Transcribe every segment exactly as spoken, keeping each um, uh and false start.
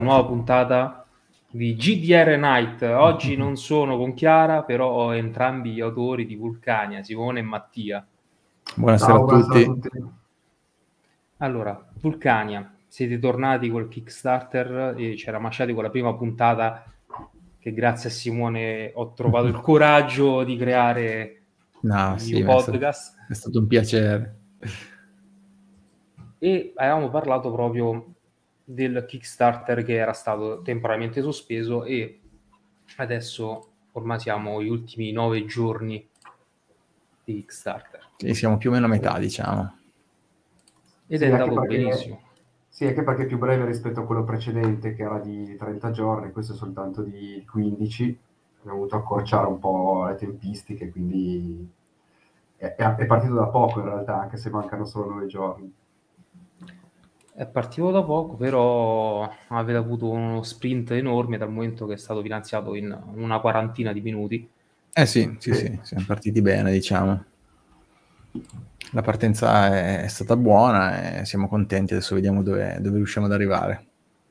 Nuova puntata di G D R Night. Oggi non sono con Chiara, però ho entrambi gli autori di Vulcania, Simone e Mattia. Buonasera, Ciao, a, buonasera tutti. a tutti. Allora, Vulcania, siete tornati col Kickstarter e ci eravamo con la prima puntata che grazie a Simone ho trovato il coraggio di creare no, il sì, mio podcast. È stato un piacere. E avevamo parlato proprio del Kickstarter che era stato temporaneamente sospeso e adesso ormai siamo agli ultimi nove giorni di Kickstarter. Sì, siamo più o meno a metà, diciamo. Ed Sì, è anche andato perché, benissimo. sì, anche perché è più breve rispetto a quello precedente che era di trenta giorni, questo è soltanto di quindici. Abbiamo dovuto accorciare un po' le tempistiche, quindi è, è partito da poco in realtà, anche se mancano solo nove giorni. È partito da poco, però avete avuto uno sprint enorme dal momento che è stato finanziato in una quarantina di minuti. Eh sì, sì, sì, siamo partiti bene, diciamo. La partenza è, è stata buona e siamo contenti, adesso vediamo dove, dove riusciamo ad arrivare.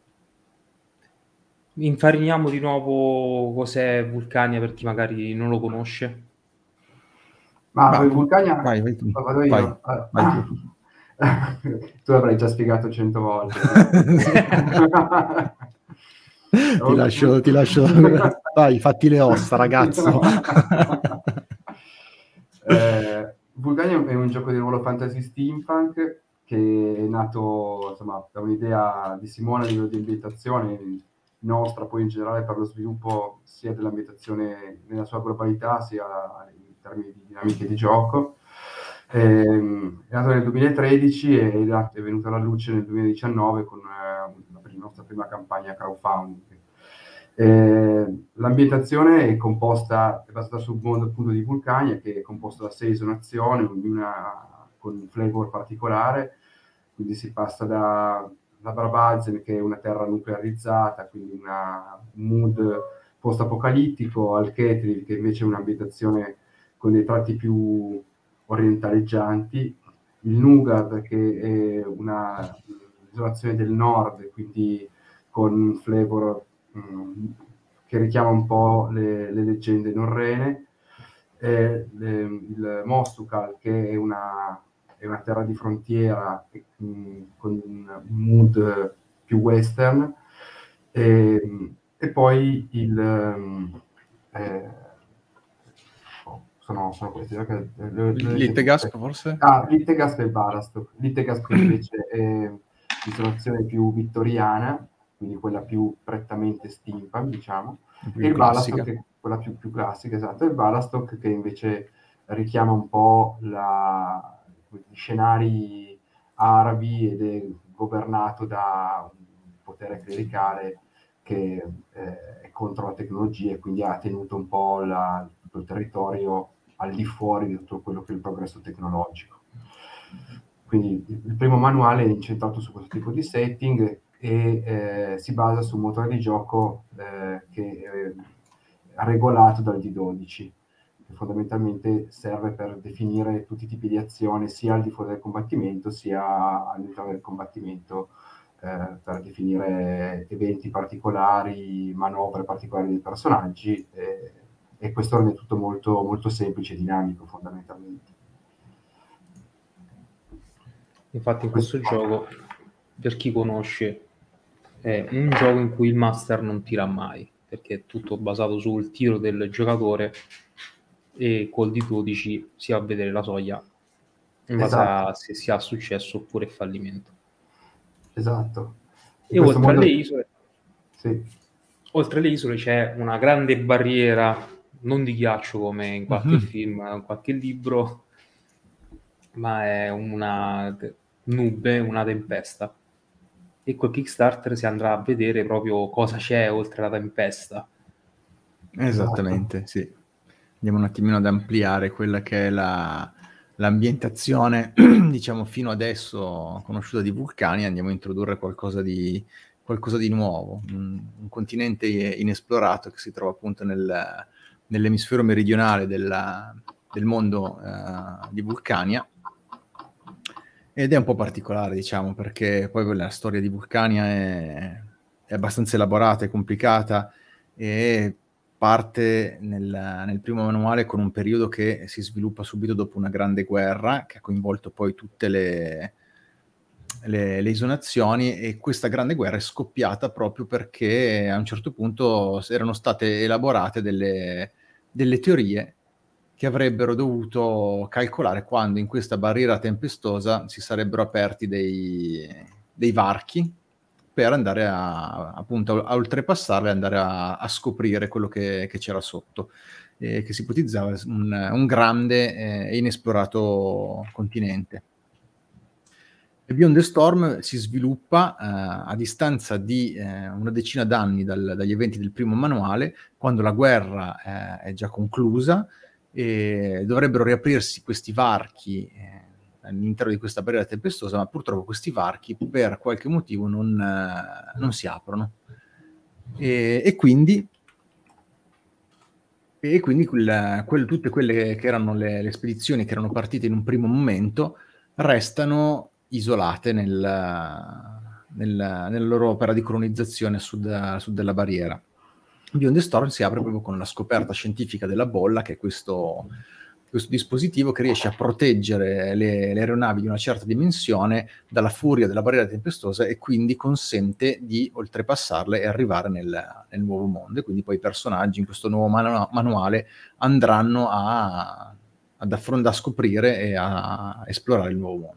Infariniamo di nuovo cos'è Vulcania per chi magari non lo conosce. Ma Va, Vulcania, vai, vai tu. vado io. Vai, vai tu. Tu l'avrai già spiegato cento volte. ti lascio, ti lascio. Vai, fatti le ossa, ragazzo. eh, Vulcania è un gioco di ruolo fantasy steampunk che è nato insomma da un'idea di Simone a livello di ambientazione nostra, poi in generale per lo sviluppo sia dell'ambientazione nella sua globalità sia in termini di dinamiche di gioco. Eh, è nato nel duemilatredici e è venuto alla luce nel duemiladiciannove con eh, la nostra prima campagna crowdfunding. Eh, l'ambientazione è composta, è basata sul mondo appunto di Vulcania, che è composto da sei zonazioni, ognuna con un flavor particolare, quindi si passa da, da Barbazen, che è una terra nuclearizzata, quindi una, un mood post-apocalittico, al Ketril, che invece è un'ambientazione con dei tratti più orientaleggianti, il Nugard, che è una isolazione del nord, quindi con un flavor mh, che richiama un po' le, le leggende norrene, e le, il Mostukal, che è una, è una terra di frontiera mh, con un mood più western, e, e poi il eh, sono, sono questi che Littegasp forse? Ah, Littegasp e Barastok. Littegasp invece è l'istituzione più vittoriana, quindi quella più prettamente steampunk, diciamo, Più e il classica. Balastock è quella più, più classica, esatto, e il Balastock che invece richiama un po' la, gli scenari arabi ed è governato da un potere clericale che eh, è contro la tecnologia e quindi ha tenuto un po' la, il territorio al di fuori di tutto quello che è il progresso tecnologico. Quindi il primo manuale è incentrato su questo tipo di setting e eh, si basa su un motore di gioco eh, che è regolato dal D dodici, che fondamentalmente serve per definire tutti i tipi di azione sia al di fuori del combattimento sia all'interno del combattimento, eh, per definire eventi particolari, manovre particolari dei personaggi, eh, e questo rende tutto molto, molto semplice e dinamico fondamentalmente. Infatti in questo gioco, per chi conosce, è un gioco in cui il master non tira mai, perché è tutto basato sul tiro del giocatore e col D dodici si va a vedere la soglia in base Esatto. a se si ha successo oppure fallimento. Esatto. E oltre modo... alle isole, sì. oltre alle isole c'è una grande barriera, non di ghiaccio come in qualche mm-hmm. film, in qualche libro, ma è una nube, una tempesta. E col Kickstarter si andrà a vedere proprio cosa c'è oltre la tempesta. Esattamente, esatto. Sì. Andiamo un attimino ad ampliare quella che è la, l'ambientazione, diciamo, fino adesso conosciuta di Vulcania, andiamo a introdurre qualcosa di, qualcosa di nuovo, un, un continente inesplorato che si trova appunto nel, nell'emisfero meridionale della, del mondo uh, di Vulcania. Ed è un po' particolare, diciamo, perché poi la storia di Vulcania è, è abbastanza elaborata e complicata e parte nel, nel primo manuale con un periodo che si sviluppa subito dopo una grande guerra che ha coinvolto poi tutte le, le, le isonazioni, e questa grande guerra è scoppiata proprio perché a un certo punto erano state elaborate delle, delle teorie che avrebbero dovuto calcolare quando in questa barriera tempestosa si sarebbero aperti dei, dei varchi per andare a, appunto, a oltrepassarla e andare a, a scoprire quello che, che c'era sotto, eh, che si ipotizzava un, un grande e eh, inesplorato continente. E Beyond the Storm si sviluppa eh, a distanza di eh, una decina d'anni dal, dagli eventi del primo manuale, quando la guerra eh, è già conclusa e dovrebbero riaprirsi questi varchi eh, all'interno di questa barriera tempestosa, ma purtroppo questi varchi per qualche motivo non, eh, non si aprono. E, e quindi, e quindi quel, quel, tutte quelle che erano le, le spedizioni che erano partite in un primo momento restano isolate nel, nel, nella loro opera di colonizzazione a sud, a sud della barriera. Beyond the Storm si apre proprio con la scoperta scientifica della bolla, che è questo, questo dispositivo che riesce a proteggere le, le aeronavi di una certa dimensione dalla furia della barriera tempestosa e quindi consente di oltrepassarle e arrivare nel, nel nuovo mondo. E quindi poi i personaggi in questo nuovo manu- manuale andranno a, ad affrontare, a scoprire e a esplorare il nuovo mondo.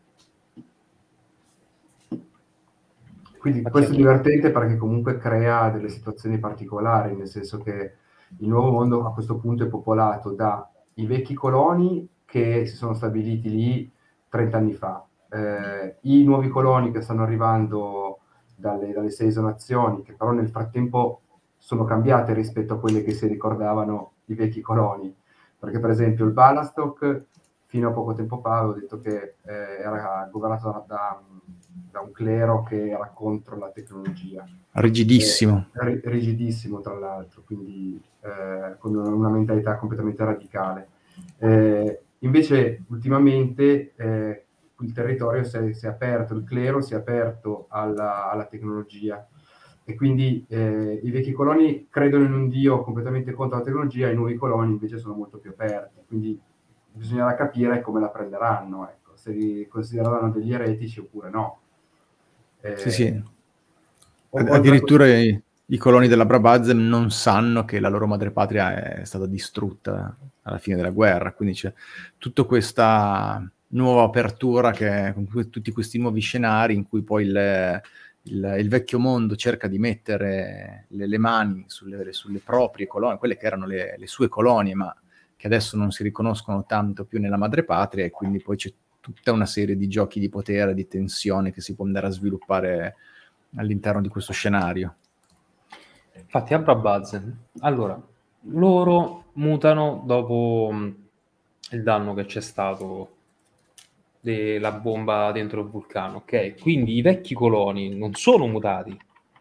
Quindi questo è divertente perché comunque crea delle situazioni particolari, nel senso che il nuovo mondo a questo punto è popolato da i vecchi coloni che si sono stabiliti lì trenta anni fa, eh, i nuovi coloni che stanno arrivando dalle, dalle sei nazioni, che però nel frattempo sono cambiate rispetto a quelle che si ricordavano i vecchi coloni, perché per esempio il Balastoc fino a poco tempo fa avevo detto che eh, era governato da, da, da un clero che era contro la tecnologia. Rigidissimo. Eh, rigidissimo, tra l'altro, quindi eh, con una mentalità completamente radicale. Eh, invece, ultimamente, eh, il territorio si è, si è aperto, il clero si è aperto alla, alla tecnologia. E quindi eh, i vecchi coloni credono in un dio completamente contro la tecnologia, i nuovi coloni invece sono molto più aperti. Quindi bisognerà capire come la prenderanno, ecco, se li considereranno degli eretici oppure no. Eh, sì, sì. Addirittura a... i, i coloni della Brabazem non sanno che la loro madrepatria è stata distrutta alla fine della guerra, quindi c'è tutta questa nuova apertura che, con tutti questi nuovi scenari in cui poi il, il, il vecchio mondo cerca di mettere le, le mani sulle, sulle proprie colonie, quelle che erano le, le sue colonie, ma che adesso non si riconoscono tanto più nella madrepatria, e quindi poi c'è tutta una serie di giochi di potere, di tensione che si può andare a sviluppare all'interno di questo scenario. Infatti, Abra Bazen, allora, loro mutano dopo mh, il danno che c'è stato della bomba dentro il vulcano, ok? Quindi i vecchi coloni non sono mutati.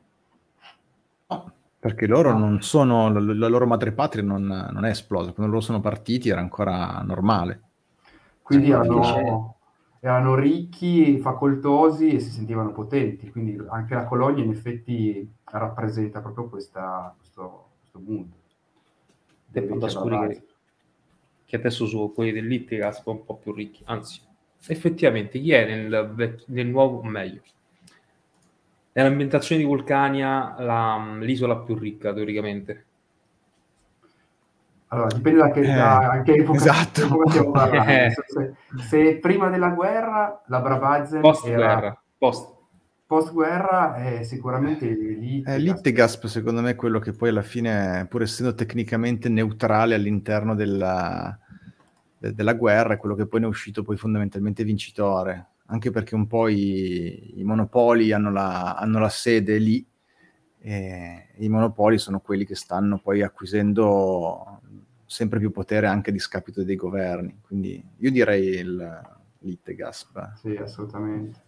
No, perché loro non sono, la, la loro madrepatria non, non è esplosa, quando loro sono partiti era ancora normale. Quindi sì, erano, erano ricchi, facoltosi e si sentivano potenti, quindi anche la colonia in effetti rappresenta proprio questa, questo, questo mondo. Te fantascuri che, che adesso su quelli dell'Ittigas sono un po' più ricchi, anzi, effettivamente chi è nel, nel nuovo, meglio, nell'ambientazione di Vulcania la, l'isola più ricca teoricamente? Allora, dipende da che, eh, da, anche epoca, esatto. epoca stiamo parlando. Eh. Se, se prima della guerra la Brabazzen post era... guerra, post. Post-guerra è sicuramente l'Ittegas. Eh, L'Ittegas secondo me è quello che poi alla fine, pur essendo tecnicamente neutrale all'interno della, de, della guerra, è quello che poi ne è uscito poi fondamentalmente vincitore, anche perché un po' i, i monopoli hanno la, hanno la sede lì, e i monopoli sono quelli che stanno poi acquisendo sempre più potere anche a discapito dei governi, quindi io direi il, l'Ittegas. Sì, assolutamente.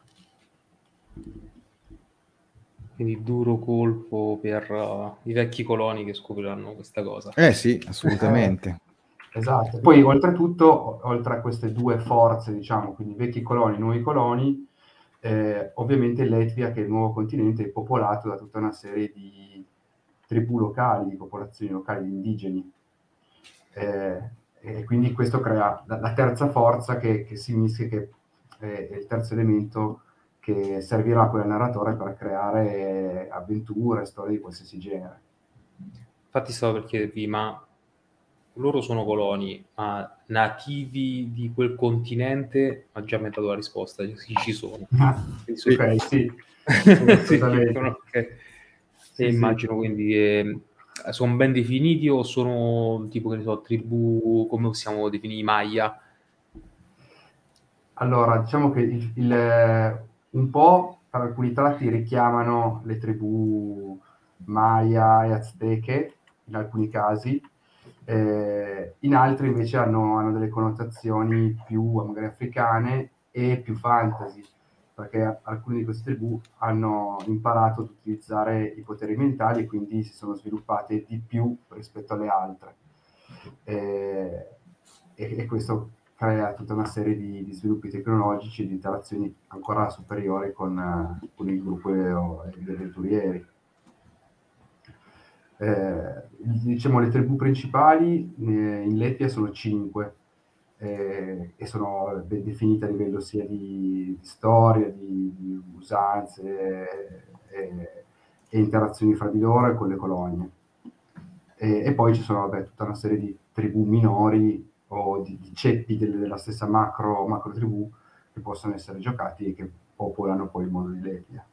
Quindi duro colpo per uh, i vecchi coloni che scopriranno questa cosa. Eh sì, assolutamente. Eh, esatto. Poi oltretutto, oltre a queste due forze, diciamo, quindi vecchi coloni, nuovi coloni, Eh, ovviamente l'Etvia, che è il nuovo continente, è popolato da tutta una serie di tribù locali, di popolazioni locali, di indigeni. Eh, e quindi questo crea la, la terza forza che, che si mischia, che è, è il terzo elemento che servirà poi al narratore per creare avventure, storie di qualsiasi genere. Infatti stavo per chiedervi, ma loro sono coloni, ma nativi di quel continente? Ma già mi ha dato la risposta, sì, ci sono. Sì. Ok, sì, Sì, assolutamente. sono, okay. Sì, E sì. immagino quindi che sono ben definiti o sono tipo, che ne so, tribù, come possiamo definire i Maya? Allora, diciamo che il, il, un po' per alcuni tratti richiamano le tribù Maya e Azteche, in alcuni casi, eh, in altri invece hanno, hanno delle connotazioni più magari africane e più fantasy, perché alcune di queste tribù hanno imparato ad utilizzare i poteri mentali e quindi si sono sviluppate di più rispetto alle altre. Eh, e, e questo crea tutta una serie di, di sviluppi tecnologici e di interazioni ancora superiori con, uh, con il gruppo degli avventurieri. Eh, diciamo le tribù principali eh, in Lettia sono cinque eh, e sono ben definite a livello sia di, di storia, di, di usanze eh, e interazioni fra di loro e con le colonie. E, e poi ci sono vabbè, tutta una serie di tribù minori o di, di ceppi del, della stessa macro, macro tribù che possono essere giocati e che popolano poi il mondo di Lettia.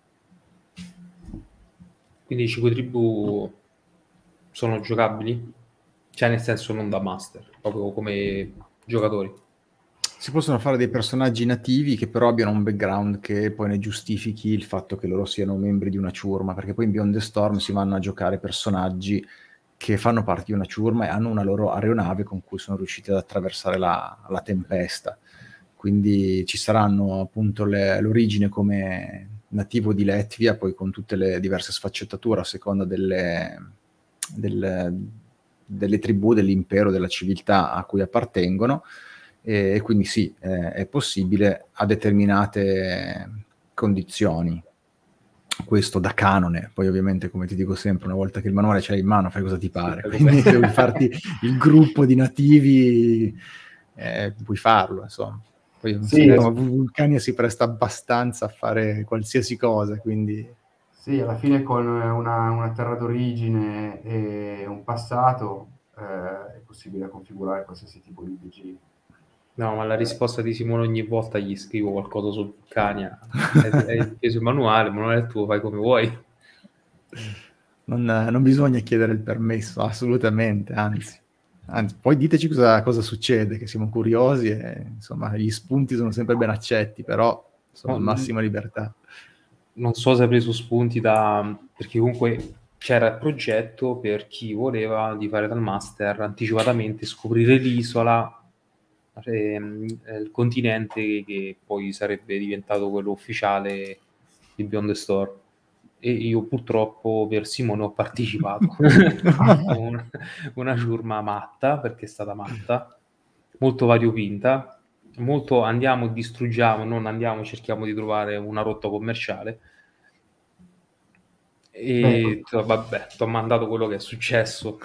Quindi i cinque tribù sono giocabili? Cioè nel senso non da master, proprio come giocatori. Si possono fare dei personaggi nativi che però abbiano un background che poi ne giustifichi il fatto che loro siano membri di una ciurma, perché poi in Beyond the Storm si vanno a giocare personaggi che fanno parte di una ciurma e hanno una loro aeronave con cui sono riusciti ad attraversare la, la tempesta. Quindi ci saranno appunto le, l'origine come nativo di Letvia, poi con tutte le diverse sfaccettature a seconda delle, delle, delle tribù, dell'impero, della civiltà a cui appartengono. E quindi sì, eh, è possibile a determinate condizioni. Questo da canone, poi ovviamente come ti dico sempre, una volta che il manuale ce l'hai in mano fai cosa ti pare, Sì, quindi se vuoi farti il gruppo di nativi eh, puoi farlo, insomma. Poi un Sì, sistema Vulcania si presta abbastanza a fare qualsiasi cosa, quindi... Sì, alla fine con una, una terra d'origine e un passato eh, è possibile configurare qualsiasi tipo di D G. No, ma la risposta di Simone ogni volta gli scrivo qualcosa su Vulcania. È, è preso il manuale, il manuale è tuo, fai come vuoi. Non, non bisogna chiedere il permesso, assolutamente, anzi. Anzi, poi diteci cosa, cosa succede, che siamo curiosi e insomma gli spunti sono sempre ben accetti, però sono No, massima libertà. non so se ha preso spunti da... perché comunque c'era il progetto per chi voleva di fare dal master anticipatamente, scoprire l'isola, ehm, il continente che poi sarebbe diventato quello ufficiale di Beyond the Storm. E io purtroppo per Simone ho partecipato. una, una ciurma matta, perché è stata matta, molto variopinta, molto andiamo e distruggiamo, non andiamo e cerchiamo di trovare una rotta commerciale. E Beh, vabbè, ti ho mandato quello che è successo.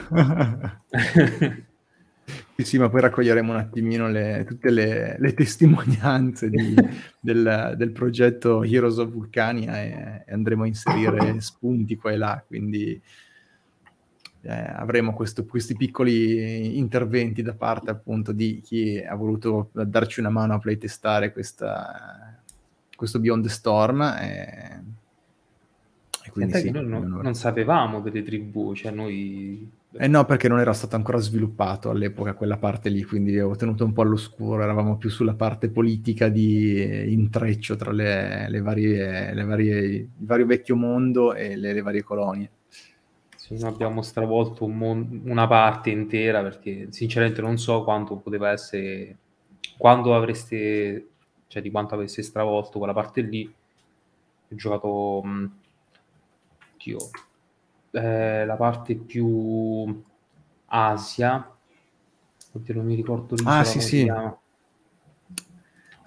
Sì, sì, ma poi raccoglieremo un attimino le, tutte le, le testimonianze di, del, del progetto Heroes of Vulcania e, e andremo a inserire spunti qua e là, quindi eh, avremo questo, questi piccoli interventi da parte appunto di chi ha voluto darci una mano a playtestare questa, questo Beyond the Storm e, e quindi Senta che sì. noi non, non sapevamo delle tribù, cioè noi... Eh no, perché non era stato ancora sviluppato all'epoca quella parte lì, quindi ho tenuto un po' all'oscuro, eravamo più sulla parte politica di intreccio tra le, le varie, le varie, il vario vecchio mondo e le, le varie colonie. Sì, noi abbiamo stravolto un mon- una parte intera perché sinceramente non so quanto poteva essere, quando avreste, cioè di quanto avesse stravolto quella parte lì. Ho giocato, mh, oddio, eh, la parte più Asia, oddio non mi ricordo Ah, l'isola sì, come si sì. chiama.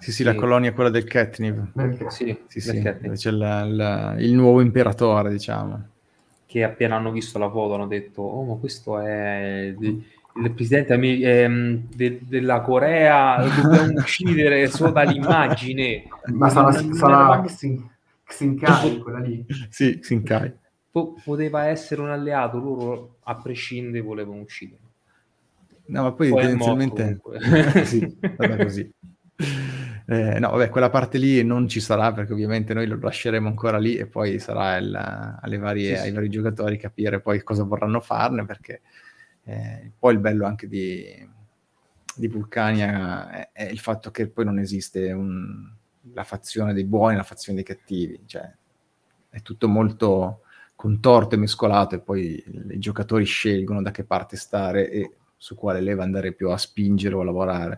Sì, sì, la colonia, quella del catnip. Del... Sì, Sì, del sì, catnip. dove c'è la, la, il nuovo imperatore, diciamo. Che appena hanno visto la foto hanno detto, oh, ma questo è de- il presidente Amer- ehm, de- della Corea, lo dobbiamo uccidere solo dall'immagine. Ma sarà, non, non sarà eravamo... Xin- Xinkai, quella lì? Sì, Xinkai. Po- poteva essere un alleato, loro a prescindere volevano ucciderlo. No, ma poi, Poi è tendenzialmente... morto comunque. Sì, vabbè, così. Eh, no, vabbè, quella parte lì non ci sarà, perché ovviamente noi lo lasceremo ancora lì e poi sarà il, alle varie, Sì, ai sì. vari giocatori capire poi cosa vorranno farne, perché eh, poi il bello anche di, di Vulcania è, è il fatto che poi non esiste un, la fazione dei buoni e la fazione dei cattivi, cioè è tutto molto contorto e mescolato e poi i giocatori scelgono da che parte stare e su quale leva andare più a spingere o a lavorare.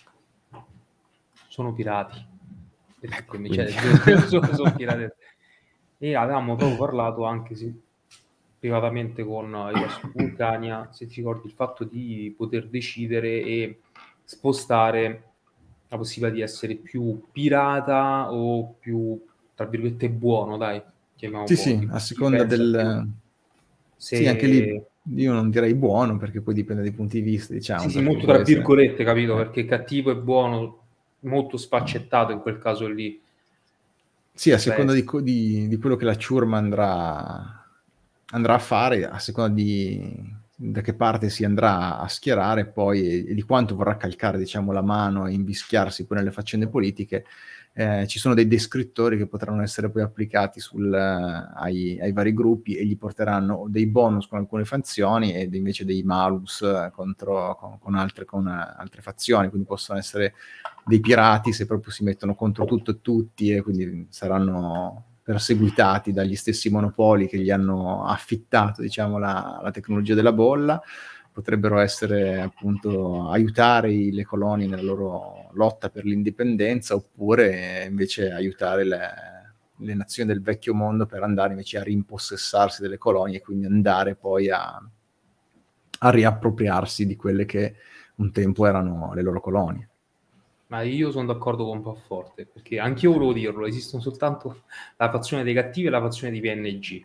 Sono pirati. Ecco, Cioè, sono, sono pirati. E avevamo proprio parlato anche se, privatamente con i su Vulcania, se ti ricordi, il fatto di poter decidere e spostare la possibilità di essere più pirata o più, tra virgolette, buono, dai, chiamiamo sì, buono, sì, tipo a chi seconda pensa più. del... Se... Sì, anche lì io non direi buono, perché poi dipende dai punti di vista, diciamo. Sì, sì, perché molto può tra essere... virgolette, capito? Eh. Perché cattivo e buono, molto sfaccettato in quel caso lì. Sì, a seconda di, di, di quello che la ciurma andrà, andrà a fare, a seconda di da che parte si andrà a schierare poi e di quanto vorrà calcare, diciamo, la mano e invischiarsi poi nelle faccende politiche, eh, ci sono dei descrittori che potranno essere poi applicati sul, ai, ai vari gruppi e gli porteranno dei bonus con alcune fazioni ed invece dei malus contro, con, con, altre, con altre fazioni, quindi possono essere dei pirati se proprio si mettono contro tutto e tutti e quindi saranno perseguitati dagli stessi monopoli che gli hanno affittato, diciamo, la, la tecnologia della bolla. Potrebbero essere appunto aiutare i, le colonie nella loro lotta per l'indipendenza oppure invece aiutare le, le nazioni del vecchio mondo per andare invece a rimpossessarsi delle colonie e quindi andare poi a, a riappropriarsi di quelle che un tempo erano le loro colonie. Ma io sono d'accordo con Pafforte, perché anche io volevo dirlo, esistono soltanto la fazione dei cattivi e la fazione dei P N G.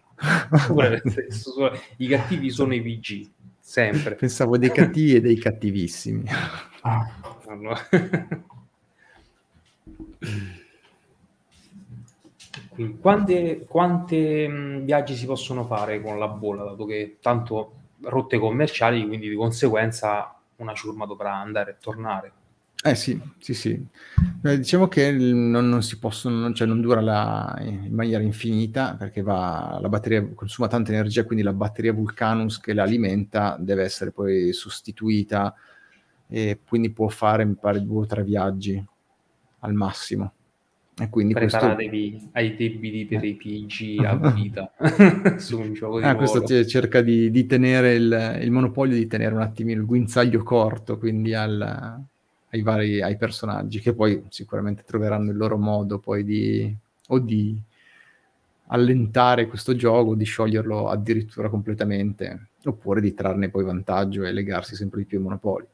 I cattivi sono i P G, sempre. Pensavo dei cattivi e dei cattivissimi. Ah. Allora. Quindi, quante, quante mh, viaggi si possono fare con la bolla, dato che tanto rotte commerciali, quindi di conseguenza una ciurma dovrà andare e tornare. Eh sì, sì, sì. Eh, diciamo che non, non si possono, cioè non dura la, in maniera infinita perché va, la batteria consuma tanta energia, quindi la batteria Vulcanus che la alimenta deve essere poi sostituita e quindi può fare, mi pare, due o tre viaggi al massimo. E quindi Preparatevi questo... ai debiti per i P G a vita su un gioco di ah, questo ruolo. cerca di, di tenere il, il monopolio, di tenere un attimino il guinzaglio corto, quindi al... ai vari ai personaggi che poi sicuramente troveranno il loro modo poi di o di allentare questo gioco, di scioglierlo addirittura completamente oppure di trarne poi vantaggio e legarsi sempre di più ai monopoli.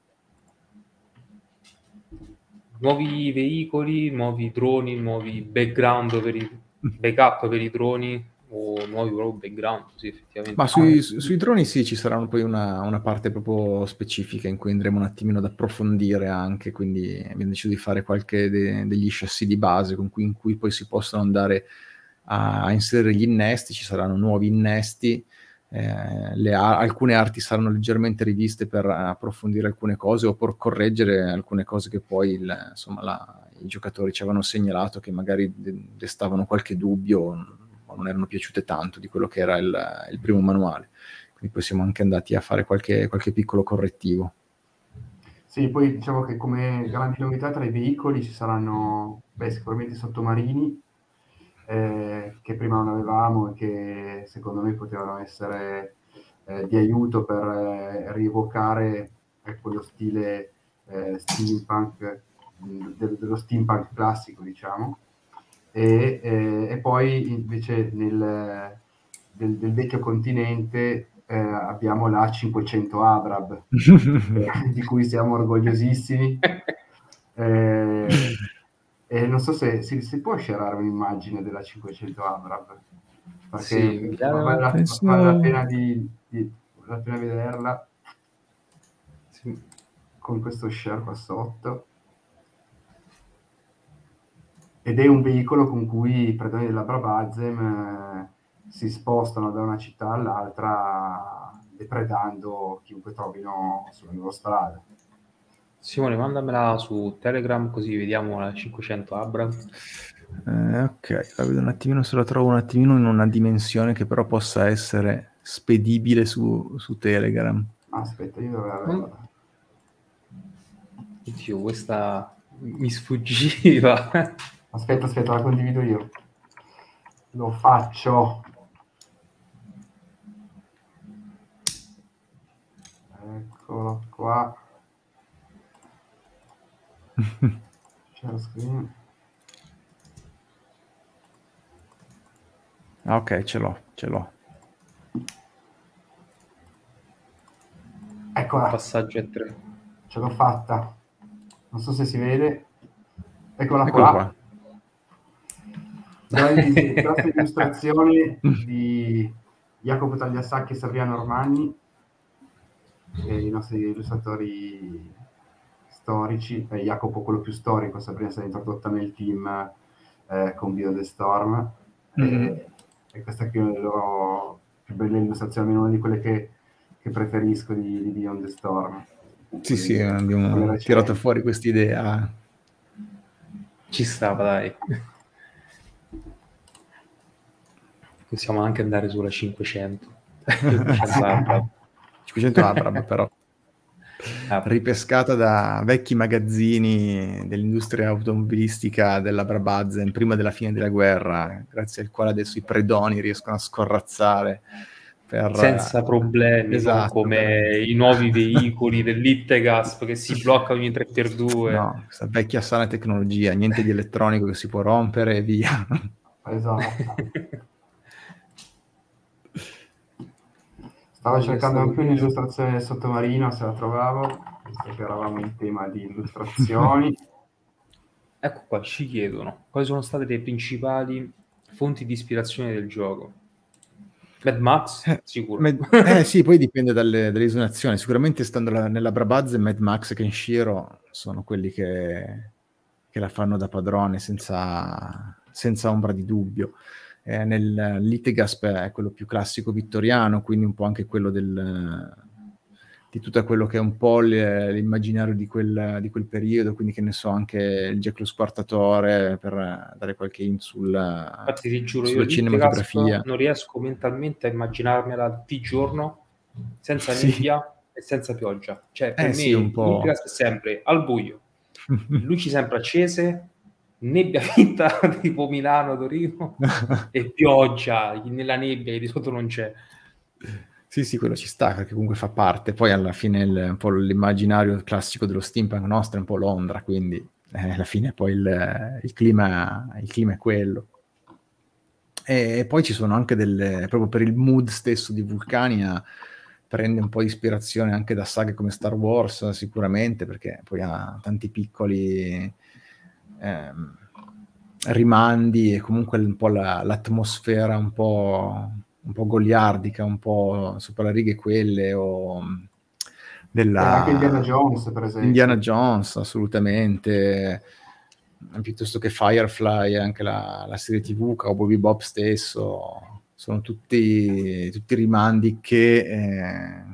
Nuovi veicoli, nuovi droni, nuovi background per i backup per i droni o nuovi proprio background, sì, effettivamente. Ma sui, sui droni sì, ci sarà poi una, una parte proprio specifica in cui andremo un attimino ad approfondire anche, quindi abbiamo deciso di fare qualche de, degli chassis di base con cui, in cui poi si possono andare a, a inserire gli innesti, ci saranno nuovi innesti, eh, le, alcune arti saranno leggermente riviste per approfondire alcune cose o per correggere alcune cose che poi il, insomma, la, i giocatori ci avevano segnalato che magari destavano qualche dubbio non erano piaciute tanto di quello che era il, il primo manuale, quindi poi siamo anche andati a fare qualche, qualche piccolo correttivo. Sì, poi diciamo che come grandi novità tra i veicoli ci saranno beh, sicuramente i sottomarini eh, che prima non avevamo e che secondo me potevano essere eh, di aiuto per eh, rievocare eh, quello stile eh, steampunk de- dello steampunk classico, diciamo. E, eh, e poi invece nel, del, del vecchio continente eh, abbiamo la cinquecento Abrab eh, di cui siamo orgogliosissimi eh, E non so se si, si può scerare un'immagine della cinquecento Abrams, perché Sì, vale, la, penso... vale la pena di, di vale la pena vederla sì. con questo share qua sotto. Ed è un veicolo con cui i predoni della Brabazem eh, si spostano da una città all'altra depredando chiunque trovino sulla loro strada. Simone, mandamela su Telegram così vediamo la cinquecento Abrams. Eh, ok, la vedo un attimino se la trovo un attimino in una dimensione che però possa essere spedibile su, su Telegram. Aspetta, io dovrei averla. Oddio, questa mi sfuggiva. Aspetta, aspetta, la condivido io. Lo faccio. Eccolo qua. Share screen. Ah, ok, ce l'ho, ce l'ho. Eccola. Passaggio a tre. Ce l'ho fatta. Non so se si vede. Eccola Eccolo qua. qua. Questa illustrazione di Jacopo Tagliasacchi e Sabriano Armagni, e i nostri illustratori storici. Eh, Jacopo quello più storico, Sabrina è stata introdotta nel team eh, con Beyond the Storm. Mm-hmm. E, e questa qui è una delle loro più belle illustrazioni, una di quelle che, che preferisco di, di Beyond the Storm. Sì, sì, abbiamo tirato fuori quest'idea. Ci stava, dai. Possiamo anche andare sulla cinquecento. cinquecento Abrams, però. Ah. Ripescata da vecchi magazzini dell'industria automobilistica della Brabazzen prima della fine della guerra, grazie al quale adesso i predoni riescono a scorrazzare per... senza problemi, esatto, non come per... i nuovi veicoli dell'Ittegasp che si bloccano ogni tre per due. No, questa vecchia sana tecnologia, niente di elettronico che si può rompere e via. Esatto. Stavo cercando anche un'illustrazione del sottomarino, se la trovavo, visto che eravamo in tema di illustrazioni. Ecco qua, ci chiedono quali sono state le principali fonti di ispirazione del gioco. Mad Max? Eh, Sicuro. Mad, eh sì, poi dipende dalle, dalle isonazioni. Sicuramente stando la, nella Brabazzen, Mad Max e Kenshiro sono quelli che, che la fanno da padrone senza, senza ombra di dubbio. Eh, nel Litegasp è quello più classico vittoriano, quindi un po' anche quello del, di tutto quello che è un po' l'immaginario di quel, di quel periodo, quindi che ne so, anche il Jack lo Squartatore, per dare qualche hint sul, infatti ti giuro, sulla io cinematografia. Non riesco mentalmente a immaginarmela di giorno, senza sì. nebbia e senza pioggia. Cioè, per eh, me sì, un po'. l'Ittegasp è sempre al buio, luci sempre accese, nebbia finta tipo Milano, Torino e pioggia nella nebbia che di sotto non c'è. Sì, sì, quello ci sta, perché comunque fa parte. Poi alla fine il, un po' l'immaginario classico dello steampunk nostro è un po' Londra, quindi eh, alla fine poi il, il, clima, il clima è quello. E poi ci sono anche delle, proprio per il mood stesso di Vulcania, prende un po' di ispirazione anche da saghe come Star Wars, sicuramente, perché poi ha tanti piccoli ehm, rimandi e comunque un po' la, l'atmosfera un po', un po' goliardica, un po' sopra le righe quelle, o della... E anche Indiana Jones, per esempio. Indiana Jones, assolutamente, piuttosto che Firefly, anche la, la serie tivù, Cowboy Bebop stesso, sono tutti, tutti rimandi che, eh,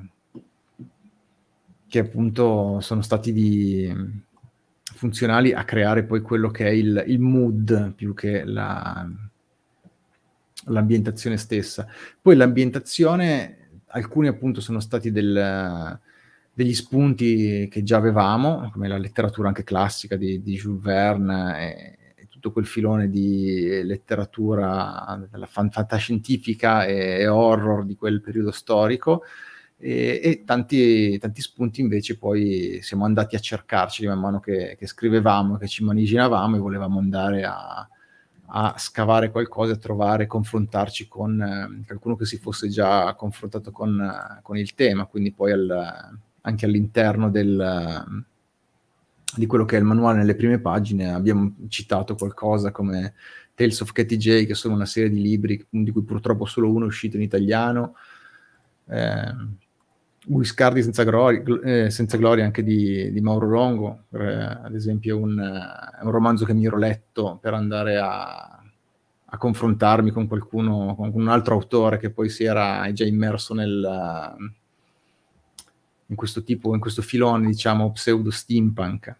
che appunto sono stati di, funzionali a creare poi quello che è il, il mood più che la, l'ambientazione stessa. Poi l'ambientazione, alcuni appunto sono stati del, degli spunti che già avevamo, come la letteratura anche classica di, di Jules Verne e, e tutto quel filone di letteratura della fantascientifica e, e horror di quel periodo storico, e, e tanti, tanti spunti invece poi siamo andati a cercarci man mano che, che scrivevamo, che ci immaginavamo e volevamo andare a a scavare qualcosa, a trovare, confrontarci con eh, qualcuno che si fosse già confrontato con, eh, con il tema, quindi poi al, anche all'interno del, di quello che è il manuale nelle prime pagine. Abbiamo citato qualcosa come Tales of Katy J, che sono una serie di libri di cui purtroppo solo uno è uscito in italiano, eh, Guiscardi senza gloria, eh, senza gloria anche di, di Mauro Longo, per, eh, ad esempio un, uh, un romanzo che mi ero letto per andare a, a confrontarmi con qualcuno, con un altro autore che poi si era già immerso nel, uh, in questo tipo, in questo filone, diciamo, pseudo steampunk.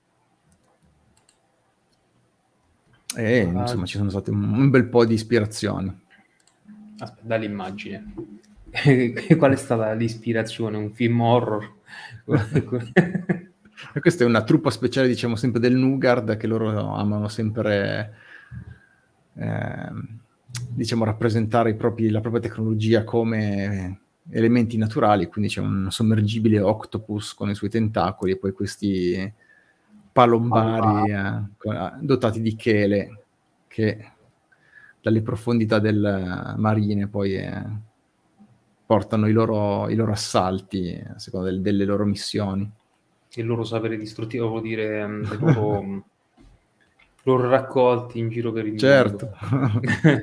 E Ah, insomma ci sono state un, un bel po' di ispirazioni. aspetta, dall'immagine. Qual è stata l'ispirazione? Un film horror? E questa è una truppa speciale, diciamo, sempre del Nugard, che loro amano sempre, eh, diciamo, rappresentare i propri, la propria tecnologia come elementi naturali. Quindi c'è un sommergibile octopus con i suoi tentacoli e poi questi palombari eh, dotati di chele che dalle profondità del marine poi eh, portano i loro, i loro assalti a seconda del, delle loro missioni. Il loro sapere distruttivo, vuol dire um, dei loro, loro raccolti in giro per il certo. mondo.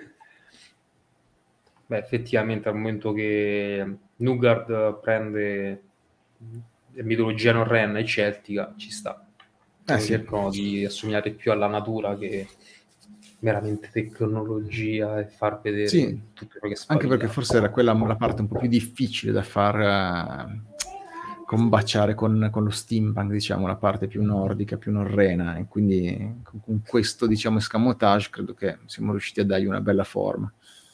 Beh, effettivamente al momento che Nugard prende mitologia norrena e celtica ci sta. Eh, sì. Cercano di assomigliare più alla natura che veramente tecnologia e far vedere sì, tutto quello che anche spaventa. perché forse era quella la parte un po' più difficile da far uh, combaciare con, con lo steampunk, diciamo, la parte più nordica, più norrena, e quindi con, con questo, diciamo, escamotage credo che siamo riusciti a dargli una bella forma.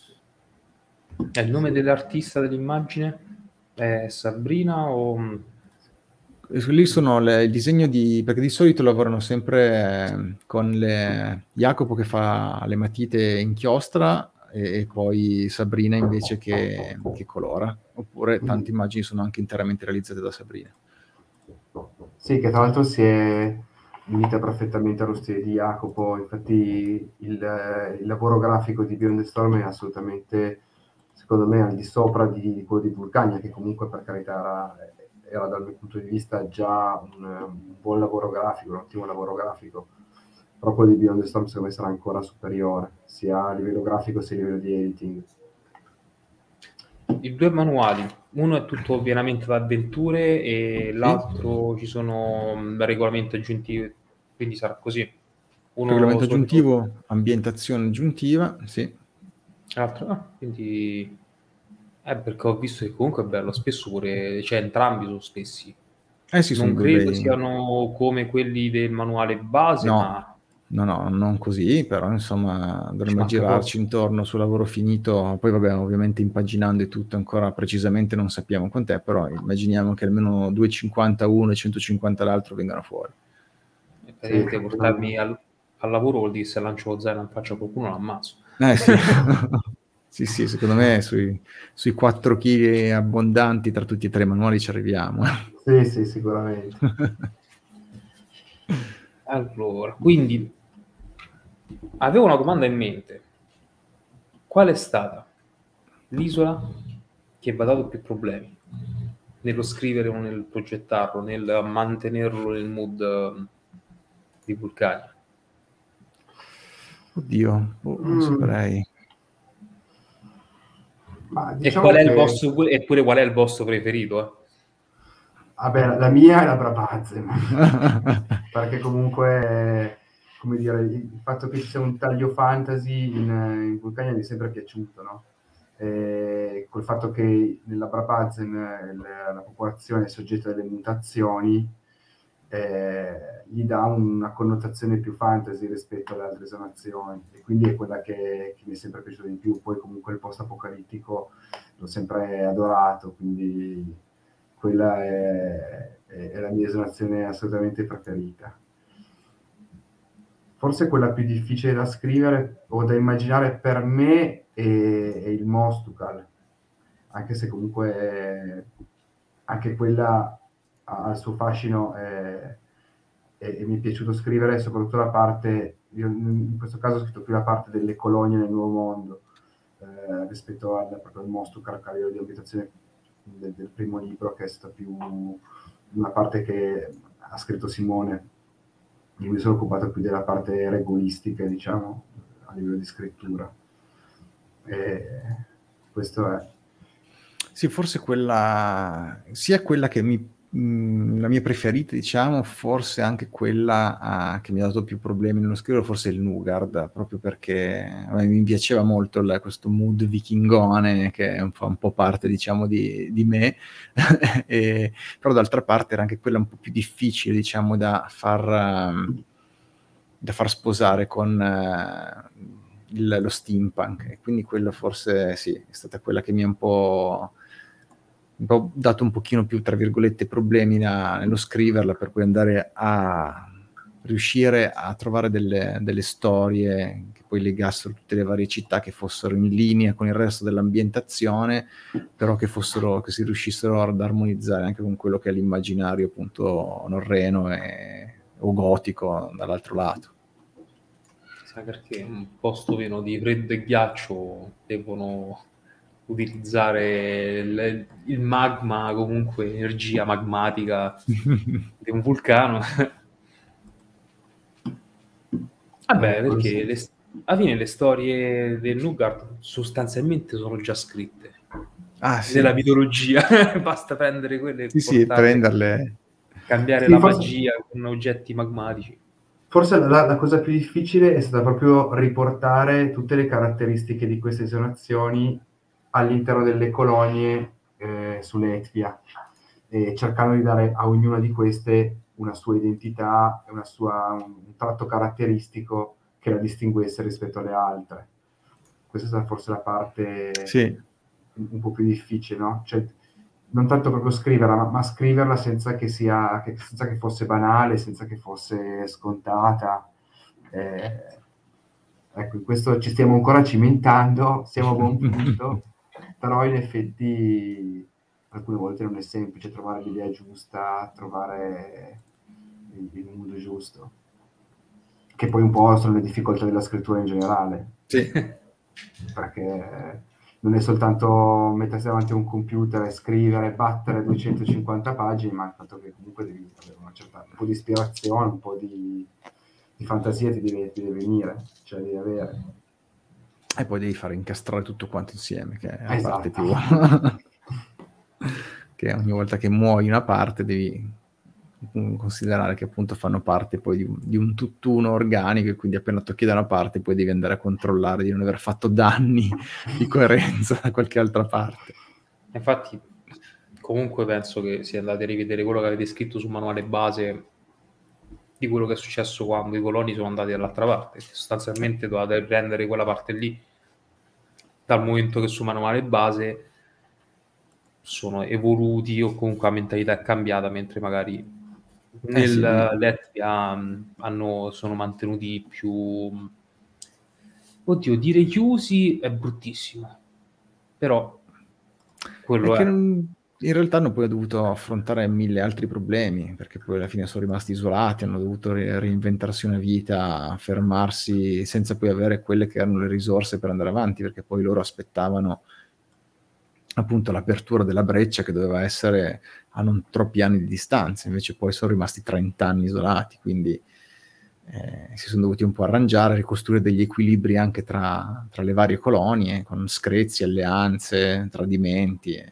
È il nome dell'artista dell'immagine? È Sabrina o... Lì sono le, il disegno di... perché di solito lavorano sempre eh, con le, Jacopo che fa le matite inchiostra e, e poi Sabrina invece che, che colora, oppure tante immagini sono anche interamente realizzate da Sabrina. Sì, che tra l'altro si è unita perfettamente allo stile di Jacopo, infatti il, il lavoro grafico di Beyond the Storm è assolutamente, secondo me, al di sopra di quello di Vulcania, che comunque per carità era, era dal mio punto di vista già un, un buon lavoro grafico, un ottimo lavoro grafico, però quello di Beyond the Storm secondo me sarà ancora superiore, sia a livello grafico sia a livello di editing. I due manuali, uno è tutto pienamente da avventure e l'altro ci sono um, regolamenti aggiuntivi, quindi sarà così. Uno Regolamento solo- aggiuntivo, ambientazione aggiuntiva, sì. l'altro, ah, quindi eh, perché ho visto che comunque è bello, spesso pure, cioè entrambi sono spessi. Eh sì, sono Non due credo bei... siano come quelli del manuale base, No, ma no, no, non così, però insomma ci dovremmo manca girarci poco. intorno sul lavoro finito, poi vabbè, ovviamente impaginando e tutto ancora precisamente non sappiamo quant'è, però immaginiamo che almeno duecentocinquanta uno e centocinquanta l'altro vengano fuori. E praticamente Sì, portarmi al, al lavoro vuol dire se lancio lo zaino in faccia a qualcuno l'ammazzo. Eh sì, sì, sì, secondo me sui, sui quattro chili abbondanti tra tutti e tre i manuali ci arriviamo. Sì, sì, sicuramente. Allora, quindi avevo una domanda in mente. Qual è stata l'isola che vi ha dato più problemi nello scrivere o nel progettarlo, nel mantenerlo nel mood eh, di Vulcania? Oddio, oh, non Mm. saprei. Ma E diciamo qual è il che- vostro, eppure qual è il vostro preferito? Eh? Vabbè, la mia è la Brabazem, perché comunque, come dire, il fatto che ci sia un taglio fantasy in, in Vulcania mi è sempre piaciuto, no? E col fatto che nella Brabazem la, la popolazione è soggetta delle mutazioni, eh, gli dà una connotazione più fantasy rispetto alle altre esonazioni, e quindi è quella che, che mi è sempre piaciuta di più. Poi comunque il post-apocalittico l'ho sempre adorato, quindi quella è, è, è la mia esonazione assolutamente preferita. Forse quella più difficile da scrivere o da immaginare per me è, è il Mostukal, anche se comunque è, anche quella ha, ha il suo fascino e, e, e mi è piaciuto scrivere soprattutto la parte, io in questo caso ho scritto più la parte delle colonie nel Nuovo Mondo eh, rispetto al, proprio al Mostukal, a livello di ambientazione del, del primo libro, che è stata più una parte che ha scritto Simone. Io mi sono occupato più della parte regolistica, diciamo, a livello di scrittura. E questo è. Sì, forse quella, sia quella che mi, mh, la mia preferita, diciamo, forse anche quella ah, che mi ha dato più problemi nello scrivere, forse il Nugard, proprio perché a me mi piaceva molto il- questo mood vichingone che è un po', un po' parte, diciamo, di, di me, e, però d'altra parte era anche quella un po' più difficile, diciamo, da far, um, da far sposare con eh, il- lo steampunk, e quindi quello forse sì, è stata quella che mi ha un po', un po' dato un pochino più, tra virgolette, problemi da- nello scriverla, per poi andare a riuscire a trovare delle, delle storie che poi legassero tutte le varie città, che fossero in linea con il resto dell'ambientazione, però che fossero, che si riuscissero ad armonizzare anche con quello che è l'immaginario appunto norreno e, o gotico dall'altro lato. Sai perché un posto pieno di freddo e ghiaccio devono utilizzare il, il magma, comunque energia magmatica di un vulcano. Vabbè, Eh, perché questo- le, alla fine le storie del Nugard sostanzialmente sono già scritte Ah sì, nella mitologia, basta prendere quelle e sì, sì, portarle, prenderle. cambiare Sì, la forse, magia con oggetti magmatici. forse la, la cosa più difficile è stata proprio riportare tutte le caratteristiche di queste esonazioni all'interno delle colonie eh, sull'Etvia, e cercando di dare a ognuna di queste una sua identità, una sua, un tratto caratteristico che la distinguesse rispetto alle altre. Questa è stata forse la parte Sì, un, un po' più difficile, no? Cioè, non tanto proprio scriverla, ma, ma scriverla senza che, sia, che, senza che fosse banale, senza che fosse scontata. Eh, ecco, in questo ci stiamo ancora cimentando, siamo a buon punto, però in effetti alcune volte non è semplice trovare l'idea giusta, trovare il, il mood giusto, che poi un po' sono le difficoltà della scrittura in generale, sì. perché non è soltanto mettersi davanti a un computer e scrivere, battere duecentocinquanta pagine, ma il fatto che comunque devi avere una certa, un po' di ispirazione, un po' di, di fantasia ti deve, ti deve venire, cioè devi avere. E poi devi fare incastrare tutto quanto insieme, che è la parte Esatto. più... che ogni volta che muovi una parte devi considerare che appunto fanno parte poi di un, di un tutt'uno organico, e quindi appena tocchi da una parte poi devi andare a controllare di non aver fatto danni di coerenza da qualche altra parte. Infatti, comunque penso che sia andate a rivedere quello che avete scritto sul manuale base di quello che è successo quando i coloni sono andati dall'altra parte. Sostanzialmente dovete prendere quella parte lì, dal momento che sul manuale base sono evoluti o comunque la mentalità è cambiata, mentre magari nel Eh sì, Latvia mh, hanno, sono mantenuti più... Oddio, dire chiusi è bruttissimo, però è quello che è. non- in realtà hanno poi dovuto affrontare mille altri problemi, perché poi alla fine sono rimasti isolati, hanno dovuto ri- reinventarsi una vita, fermarsi senza poi avere quelle che erano le risorse per andare avanti, perché poi loro aspettavano appunto l'apertura della breccia, che doveva essere a non troppi anni di distanza, invece poi sono rimasti trenta anni isolati, quindi eh, si sono dovuti un po' arrangiare, ricostruire degli equilibri anche tra, tra le varie colonie, con screzi, alleanze, tradimenti e,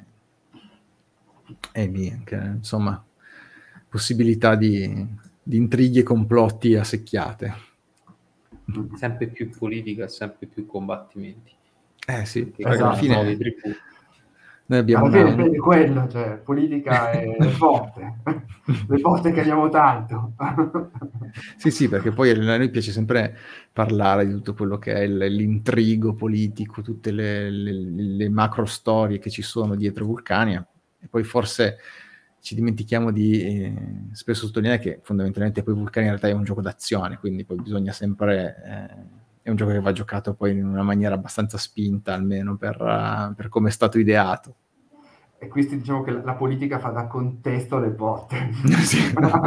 e via, anche, insomma, possibilità di, di intrighi e complotti a secchiate. Sempre più politica e sempre più combattimenti, Eh sì, perché perché alla Esatto. creano nuove fine tribù. noi abbiamo Alla una... fine un- è quello, cioè, politica e le botte, le botte che abbiamo tanto. Sì, sì, perché poi a noi piace sempre parlare di tutto quello che è il- l'intrigo politico, tutte le, le- le macro storie che ci sono dietro Vulcania, e poi forse ci dimentichiamo di eh, spesso sottolineare che fondamentalmente poi Vulcania in realtà è un gioco d'azione, quindi poi bisogna sempre... eh, è un gioco che va giocato poi in una maniera abbastanza spinta, almeno per, uh, per come è stato ideato. E quindi diciamo che la politica fa da contesto alle botte. Sì.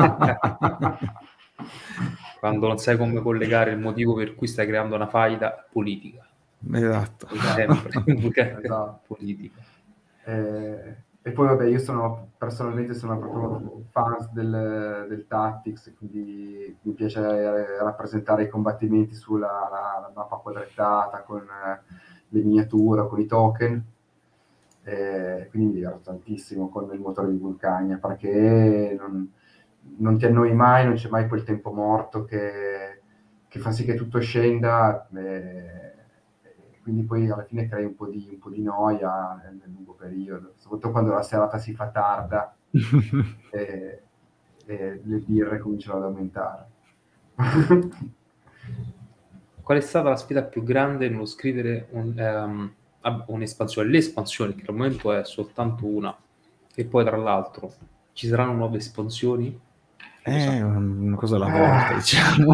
Quando non sai come collegare il motivo per cui stai creando una faida politica. Esatto. Sempre Esatto. politica. Eh, E poi vabbè, io sono personalmente sono proprio fan del, del Tactics, quindi mi piace rappresentare i combattimenti sulla la, la mappa quadrettata con eh, le miniature, con i token. Eh, quindi mi diverto tantissimo con il motore di Vulcania, perché non, non ti annoi mai, non c'è mai quel tempo morto che, che fa sì che tutto scenda, eh, quindi poi alla fine crei un po' di, un po' di noia nel, nel lungo periodo, soprattutto quando la serata si fa tarda e, e le birre cominciano ad aumentare. Qual è stata la sfida più grande nello scrivere un, um, un'espansione? L'espansione, che al momento è soltanto una, e poi tra l'altro ci saranno nuove espansioni? È una cosa alla volta, diciamo.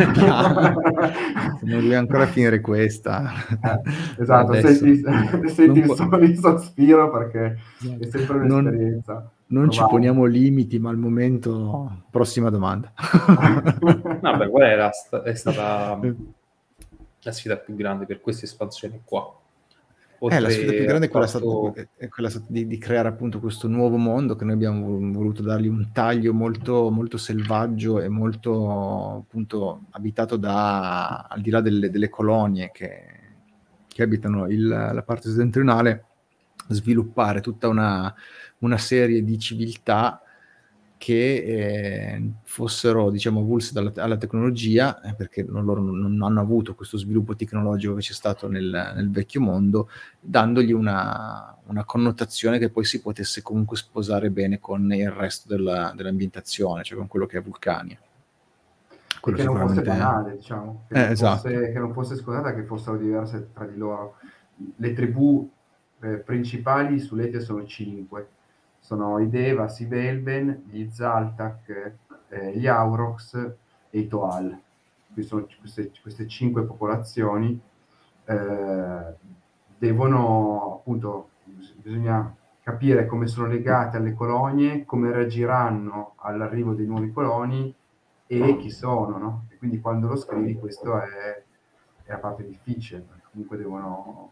Non dobbiamo ancora finire questa. Eh, esatto, Adesso. senti, senti il, può... so- il sospiro perché esatto. è sempre non, un'esperienza. non ci poniamo limiti, ma al momento prossima domanda. Vabbè, qual è, la sta- è stata la sfida più grande per questa espansione qua? Eh, la sfida più grande è quella, fatto... stata, è quella stata di, di creare appunto questo nuovo mondo che noi abbiamo voluto dargli un taglio molto, molto selvaggio e molto appunto abitato da al di là delle, delle colonie che, che abitano il, la parte settentrionale, sviluppare tutta una, una serie di civiltà che eh, fossero, diciamo, avulse dalla, alla tecnologia, eh, perché non, loro non hanno avuto questo sviluppo tecnologico che c'è stato nel, nel vecchio mondo, dandogli una, una connotazione che poi si potesse comunque sposare bene con il resto della, dell'ambientazione, cioè con quello che è Vulcania. Quello e che non fosse banale, diciamo, che, eh, non esatto. fosse, che non fosse scusata che fossero diverse tra di loro. Le tribù eh, principali su Letia sono cinque. Sono i Devas, i Velben, gli Zaltak, eh, gli Aurox e i Toal. Queste sono queste, queste cinque popolazioni. Eh, devono, appunto, bisogna capire come sono legate alle colonie, come reagiranno all'arrivo dei nuovi coloni e chi sono, no? E quindi quando lo scrivi questo è, è la parte difficile, perché comunque devono...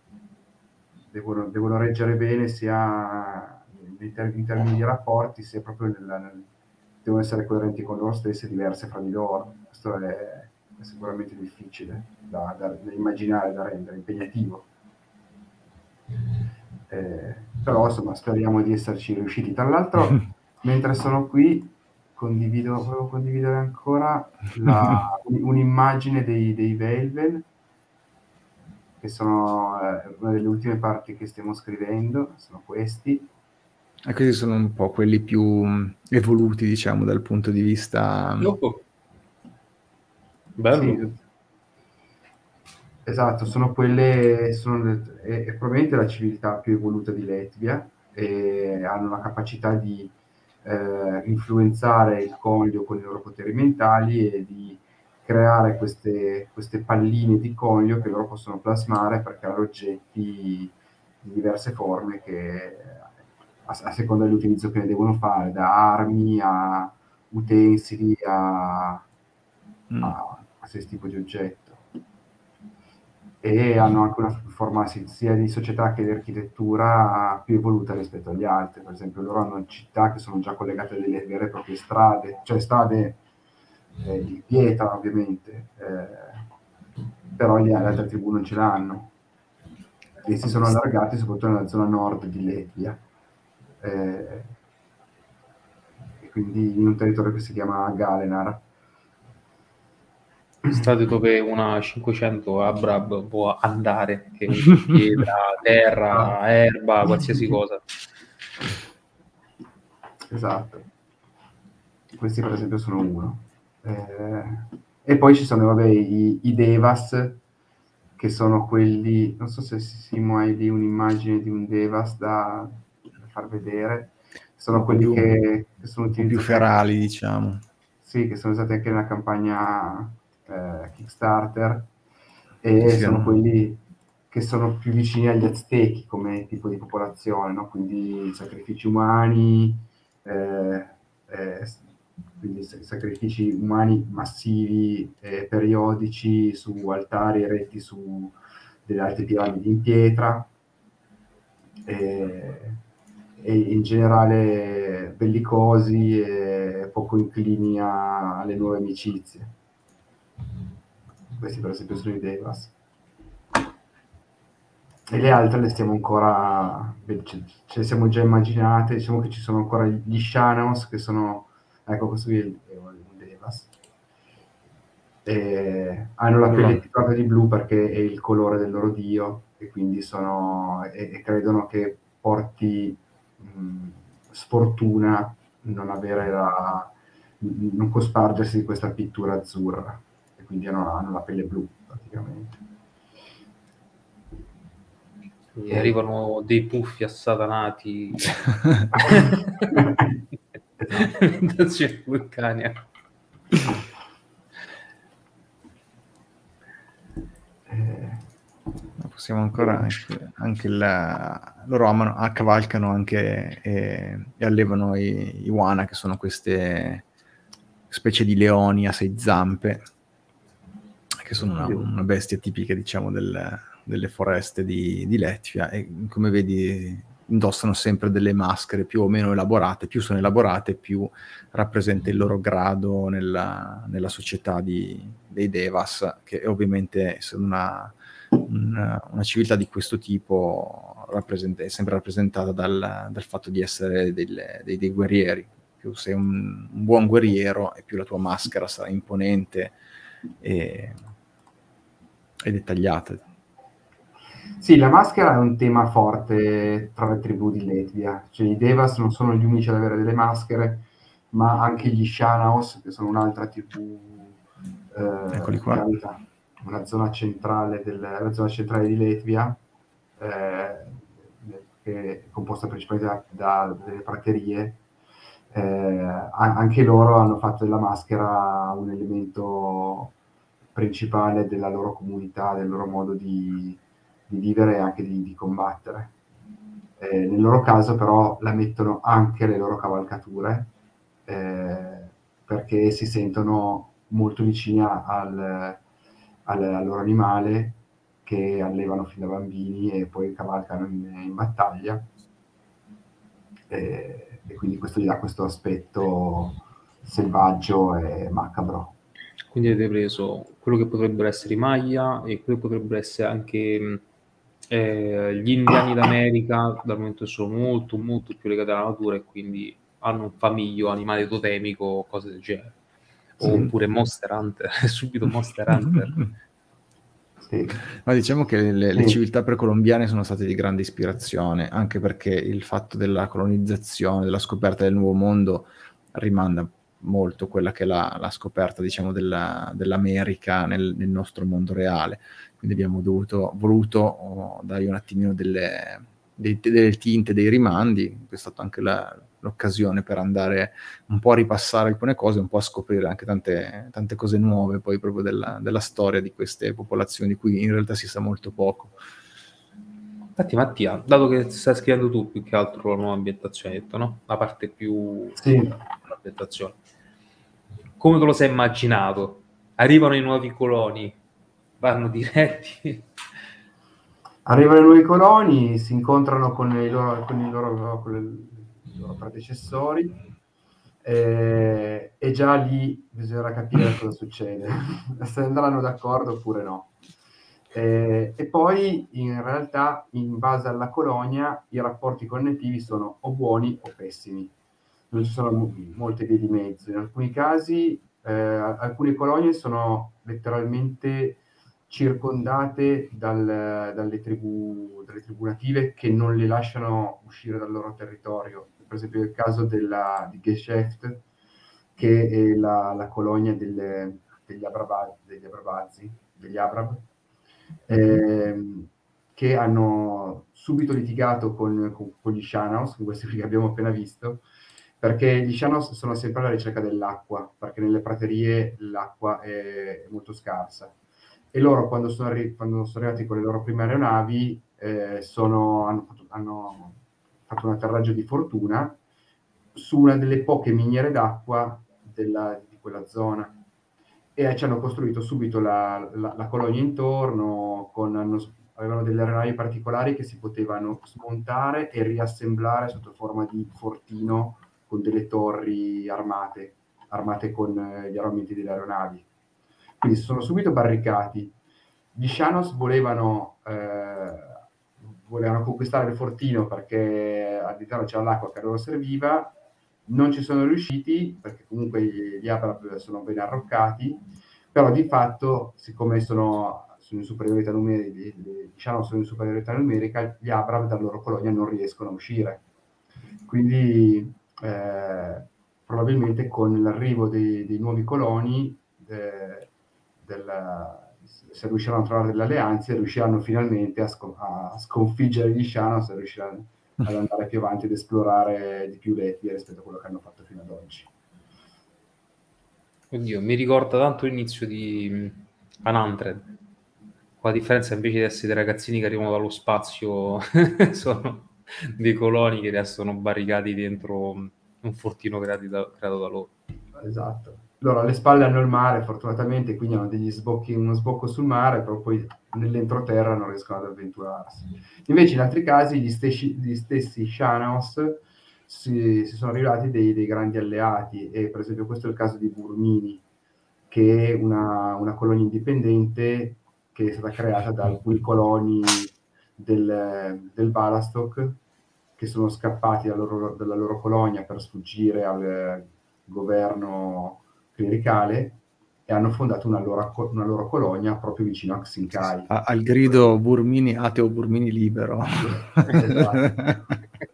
Devono, devono reggere bene sia in, ter- in termini di rapporti, sia proprio nel, nel, devono essere coerenti con loro stessi e diverse fra di loro. Questo è, è sicuramente difficile da, da, da immaginare, da rendere, impegnativo. Eh, però insomma speriamo di esserci riusciti. Tra l'altro, mentre sono qui, condivido, volevo condividere ancora la, un'immagine dei, dei Velvel, che sono eh, una delle ultime parti che stiamo scrivendo, sono questi. E questi sono un po' quelli più evoluti, diciamo, dal punto di vista... Oh. Bello. Sì, esatto, sono quelle, sono le, è, è probabilmente la civiltà più evoluta di Letvia e hanno la capacità di eh, influenzare il conio con i loro poteri mentali e di creare queste, queste palline di conio che loro possono plasmare per creare oggetti di diverse forme che a, a seconda dell'utilizzo che ne devono fare, da armi a utensili a, mm. a qualsiasi tipo di oggetto. E hanno anche una forma sia di società che di architettura più evoluta rispetto agli altri. Per esempio loro hanno città che sono già collegate a delle vere e proprie strade, cioè strade eh, di pietra ovviamente, eh, però gli, le altre tribù non ce l'hanno e si sono allargati soprattutto nella zona nord di Letvia, eh, e quindi in un territorio che si chiama Galenar. Strade dove una cinquecento Abrab può andare, che è pietra, terra, ah. erba, qualsiasi cosa. Esatto. Questi per esempio sono uno. Eh, e poi ci sono vabbè, i, i Devas, che sono quelli, non so se Simo hai lì un'immagine di un Devas da, da far vedere, sono quelli più, che, che sono utilizzati più ferali, anche, diciamo. Sì, che sono usati anche nella campagna eh, Kickstarter, e sì, sono no? quelli che sono più vicini agli aztechi come tipo di popolazione, no? Quindi sacrifici umani, eh, eh, quindi sacrifici umani massivi, eh, periodici, su altari eretti su delle alte piramidi in pietra, e, e in generale bellicosi e poco inclini a, alle nuove amicizie. Questi per esempio sono i Devas. E le altre le stiamo ancora, ce, ce le siamo già immaginate, diciamo che ci sono ancora gli Shanos, che sono, ecco questo qui è un Devas, e hanno la pelle tipata di blu perché è il colore del loro dio, e quindi sono, e, e credono che porti mh, sfortuna non avere la, non cospargersi di questa pittura azzurra, e quindi hanno, hanno la pelle blu praticamente. E arrivano dei puffi assatanati esatto. Vulcania. Eh, possiamo ancora anche, anche la, loro amano, accavalcano anche e, e allevano i, i wana, che sono queste specie di leoni a sei zampe, che sono una, una bestia tipica, diciamo, del, delle foreste di, di Latvia, e come vedi indossano sempre delle maschere più o meno elaborate. Più sono elaborate, più rappresenta il loro grado nella, nella società di, dei Devas, che ovviamente, essendo una, una, una civiltà di questo tipo, rappresenta, è sempre rappresentata dal, dal fatto di essere delle, dei, dei guerrieri. Più sei un, un buon guerriero, e più la tua maschera sarà imponente e, e dettagliata. Sì, la maschera è un tema forte tra le tribù di Latvia, cioè i Devas non sono gli unici ad avere delle maschere, ma anche gli Shanaos, che sono un'altra tribù eh, Eccoli qua. che abita una zona centrale, del, la zona centrale di Latvia, eh, che è composta principalmente da, da delle praterie. Eh, anche loro hanno fatto della maschera un elemento principale della loro comunità, del loro modo di, di vivere e anche di, di combattere. Eh, nel loro caso però la mettono anche le loro cavalcature, eh, perché si sentono molto vicini al, al, al loro animale, che allevano fin da bambini e poi cavalcano in, in battaglia, e, e quindi questo gli dà questo aspetto selvaggio e macabro. Quindi avete preso quello che potrebbero essere i Maya e quello che potrebbero essere anche eh, gli indiani d'America, dal momento che sono molto molto più legati alla natura, e quindi hanno un famiglio, animale totemico, cose del genere. Sì. Oppure Monster Hunter, subito Monster Hunter. Sì. Ma diciamo che le, le sì. civiltà precolombiane sono state di grande ispirazione, anche perché il fatto della colonizzazione, della scoperta del nuovo mondo, rimanda molto quella che è la, la scoperta, diciamo, della, dell'America nel, nel nostro mondo reale. Quindi abbiamo dovuto, voluto oh, dargli un attimino delle, dei, delle tinte, dei rimandi. È stata anche la, l'occasione per andare un po' a ripassare alcune cose, un po' a scoprire anche tante, tante cose nuove poi proprio della, della storia di queste popolazioni, di cui in realtà si sa molto poco. Infatti Mattia, dato che stai scrivendo tu più che altro la nuova ambientazione, detto, no? La parte più sì. dell'ambientazione, come te lo sei immaginato? Arrivano i nuovi coloni, vanno diretti? Arrivano i nuovi coloni, si incontrano con i loro, con i loro, con le, i loro predecessori, eh, e già lì bisognerà capire cosa succede, se andranno d'accordo oppure no. Eh, e poi in realtà, in base alla colonia, i rapporti connettivi sono o buoni o pessimi. Non ci sono molte vie di mezzo. In alcuni casi, eh, alcune colonie sono letteralmente circondate dal, dalle, tribù, dalle tribù native, che non le lasciano uscire dal loro territorio. Per esempio il caso della, di Geschäft, che è la, la colonia delle, degli Abrabazzi, degli Abrabazzi, degli Abrab, eh, che hanno subito litigato con, con, con gli Shanaos, con questi che abbiamo appena visto, perché gli Shanaos sono sempre alla ricerca dell'acqua, perché nelle praterie l'acqua è molto scarsa. E loro, quando sono, arri- quando sono arrivati con le loro prime aeronavi, eh, sono, hanno, fatto, hanno fatto un atterraggio di fortuna su una delle poche miniere d'acqua della, di quella zona, e ci hanno costruito subito la, la, la colonia intorno, con, hanno avevano delle aeronavi particolari che si potevano smontare e riassemblare sotto forma di fortino con delle torri armate, armate con eh, gli armamenti delle aeronavi. Quindi si sono subito barricati. Gli Shanos volevano, eh, volevano conquistare il fortino perché all'interno c'era l'acqua che a loro serviva, non ci sono riusciti perché comunque gli Abrab sono ben arroccati, però di fatto, siccome sono, sono in superiorità numerica, diciamo sono in superiorità numerica, gli Abrab dalla loro colonia non riescono a uscire. Quindi eh, probabilmente con l'arrivo dei, dei nuovi coloni, eh, del, se riusciranno a trovare delle alleanze, riusciranno finalmente a, scon- a sconfiggere gli Shanos e riusciranno ad andare più avanti ed esplorare di più l'Etia rispetto a quello che hanno fatto fino ad oggi. Oddio, mi ricorda tanto l'inizio di Unhuntred, con la differenza invece di essere dei ragazzini che arrivano dallo spazio sono dei coloni che adesso sono barricati dentro un fortino creato da, creato da loro. Esatto. Loro alle spalle hanno il mare, fortunatamente, quindi hanno degli sbocchi, uno sbocco sul mare, però poi nell'entroterra non riescono ad avventurarsi. Invece in altri casi gli stessi, gli stessi Shanos si, si sono rivelati dei, dei grandi alleati, e per esempio questo è il caso di Burmini, che è una, una colonia indipendente che è stata creata da alcuni coloni del, del Balastok che sono scappati dalla loro, dalla loro colonia per sfuggire al governo clericale e hanno fondato una loro, una loro colonia proprio vicino a Xinkai. A, al grido Burmini ateo, Burmini libero. Esatto.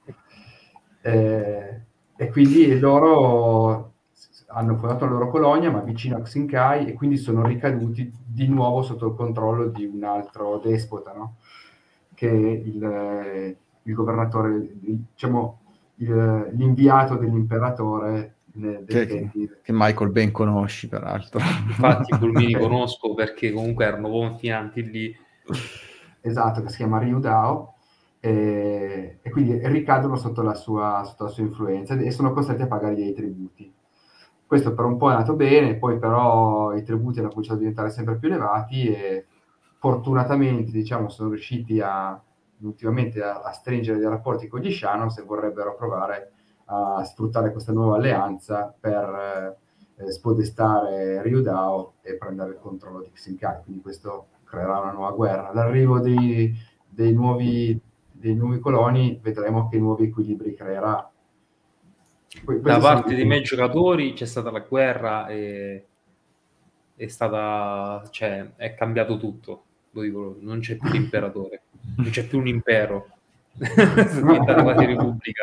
eh, e quindi loro hanno fondato la loro colonia, ma vicino a Xinkai, e quindi sono ricaduti di nuovo sotto il controllo di un altro despota, no? Che è il, il governatore, diciamo, il, l'inviato dell'imperatore del che, Kenti. Che Michael ben conosci, peraltro. Infatti i Burmini conosco perché comunque erano confinanti lì. Esatto, che si chiama Ryu Dao. E, e quindi ricadono sotto la, sua, sotto la sua influenza e sono costretti a pagare dei tributi. Questo per un po' è andato bene, poi però i tributi hanno cominciato a diventare sempre più elevati e fortunatamente, diciamo, sono riusciti a, ultimamente a, a stringere dei rapporti con gli Shanos e vorrebbero provare a sfruttare questa nuova alleanza per eh, spodestare Ryudao e prendere il controllo di Xinkai. Quindi questo creerà una nuova guerra. L'arrivo dei, dei, nuovi, dei nuovi coloni vedremo che nuovi equilibri creerà. Poi, da parte dei miei giocatori c'è stata la guerra e è stata, cioè, è cambiato tutto. Lo dico, non c'è più l'imperatore, non c'è più un impero, è diventata quasi repubblica.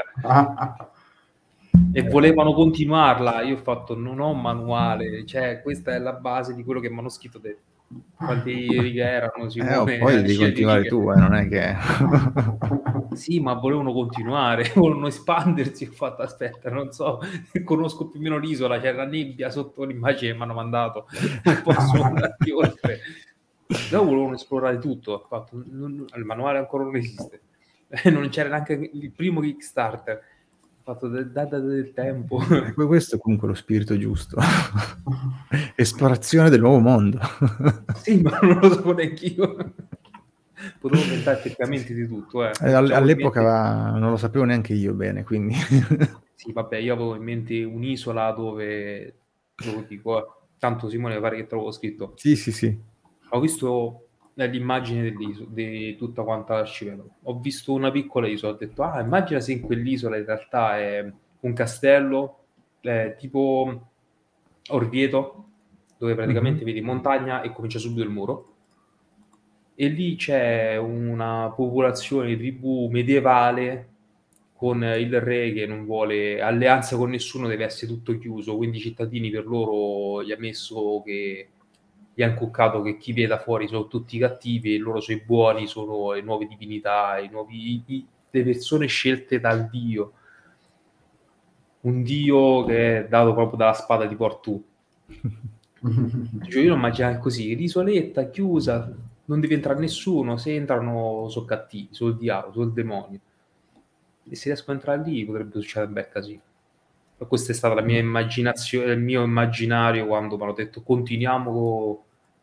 E volevano continuarla. Io ho fatto, non ho manuale, cioè questa è la base di quello che mi hanno scritto te. Quante righe erano, Simone? Eh, poi devi continuare di tu, eh, non è che... Sì, ma volevano continuare, volevano espandersi. Ho fatto, aspetta, non so, conosco più o meno l'isola, c'era la nebbia sotto l'immagine che mi hanno mandato, non posso andare oltre. Però volevano esplorare tutto. Ho fatto, non, il manuale ancora non esiste, non c'era neanche il primo Kickstarter. Ho fatto data del tempo. Questo è comunque lo spirito giusto. Esplorazione del nuovo mondo. Sì, ma non lo so neanche io. Potevo pensare effettivamente di tutto. Eh. Eh, all'epoca mente... non lo sapevo neanche io bene, quindi... Sì, vabbè, io avevo in mente un'isola dove, lo dico, eh, tanto Simone pare che te l'avevo scritto. Sì, sì, sì. Ho visto l'immagine dell'isola, di tutta quanta l'arcipelago. Ho visto una piccola isola, ho detto, ah, immagina se in quell'isola in realtà è un castello, eh, tipo Orvieto, dove praticamente mm-hmm. vedi montagna e comincia subito il muro. E lì c'è una popolazione di tribù medievale con il re che non vuole alleanza con nessuno, deve essere tutto chiuso, quindi i cittadini per loro gli ha messo che gli ha inculcato che chi veda fuori sono tutti cattivi e loro sono i buoni, sono le nuove divinità, i nuovi, i, le persone scelte dal dio, un dio che è dato proprio dalla spada di Portù. Cioè, io non immaginavo così, l'isoletta chiusa, non deve entrare nessuno, se entrano sono cattivi, sono il diavolo, sono il demonio. E se riesco a entrare lì potrebbe succedere un bel casino. Questa è stata la mia immaginazione, il mio immaginario quando mi hanno detto continuiamo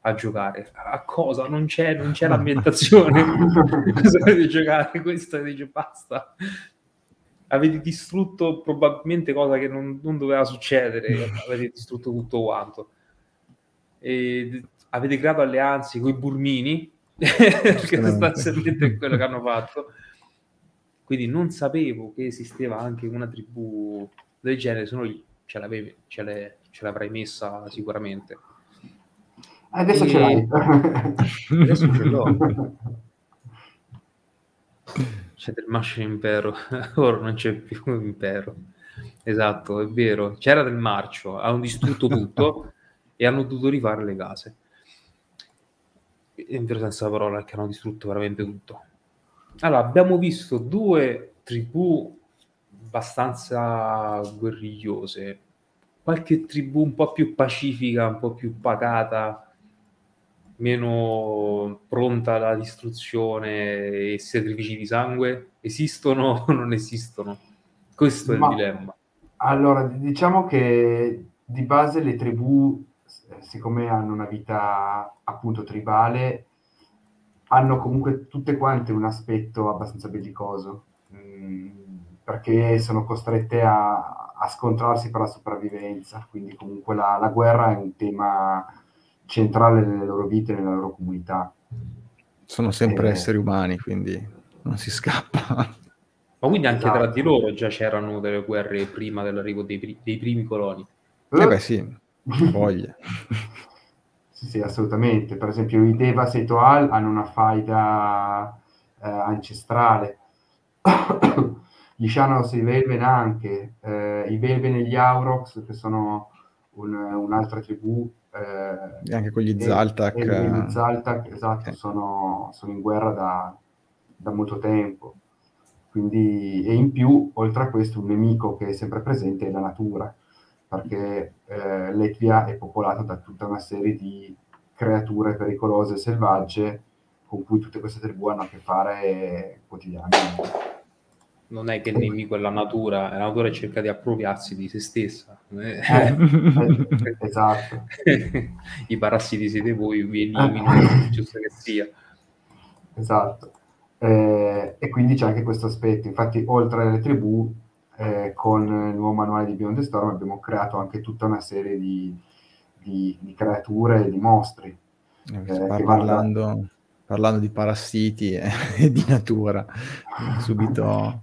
a giocare. A cosa? Non c'è, non c'è l'ambientazione. Cosa dovete giocare? Questo dice basta. Avete distrutto probabilmente cosa che non, non doveva succedere, avete distrutto tutto quanto. E avete creato alleanze con i burmini, che sostanzialmente è quello che hanno fatto. Quindi non sapevo che esisteva anche una tribù del genere, se no ce, l'avevi, ce, le, ce l'avrei messa sicuramente. Adesso e... ce l'hai. Adesso ce l'ho. C'è del Mushroom Impero, ora non c'è più impero. Esatto, è vero. C'era del marcio, hanno distrutto tutto e hanno dovuto rifare le case. In vero senso della parola, che hanno distrutto veramente tutto. Allora, abbiamo visto due tribù abbastanza guerrigliose, qualche tribù un po' più pacifica, un po' più pacata, meno pronta alla distruzione e sacrifici di sangue. Esistono o non esistono? Questo è il Ma, dilemma. allora, diciamo che di base le tribù, siccome hanno una vita appunto tribale, hanno comunque tutte quante un aspetto abbastanza bellicoso, mh, perché sono costrette a, a scontrarsi per la sopravvivenza, quindi comunque la, la guerra è un tema centrale nelle loro vite e nella loro comunità. Sono sempre Eh, esseri umani, quindi non si scappa. Ma quindi anche esatto. tra di loro già c'erano delle guerre prima dell'arrivo dei, pri- dei primi coloni? Eh beh sì, ha voglia. Sì, sì, assolutamente. Per esempio i Devas e i Toal hanno una faida eh, ancestrale. Gli Shadows e i Velven anche. Eh, I Velven e gli Aurochs, che sono un, un'altra tribù. Eh, E anche con gli e, Zaltak. e, e gli Zaltak, esatto, eh. sono, sono in guerra da, da molto tempo. Quindi, e in più, oltre a questo, un nemico che è sempre presente è la natura, perché eh, l'Etvia è popolata da tutta una serie di creature pericolose e selvagge con cui tutte queste tribù hanno a che fare quotidianamente. Non è che il nemico è la natura, la natura cerca di appropriarsi di se stessa. Eh, eh, esatto. I parassiti siete voi, vi elimino, giusto che sia. Esatto. Eh, e quindi c'è anche questo aspetto. Infatti, oltre alle tribù, eh, con il nuovo manuale di Beyond the Storm abbiamo creato anche tutta una serie di, di, di creature e di mostri. Eh, par- parlando, da... parlando di parassiti e, e di natura, subito...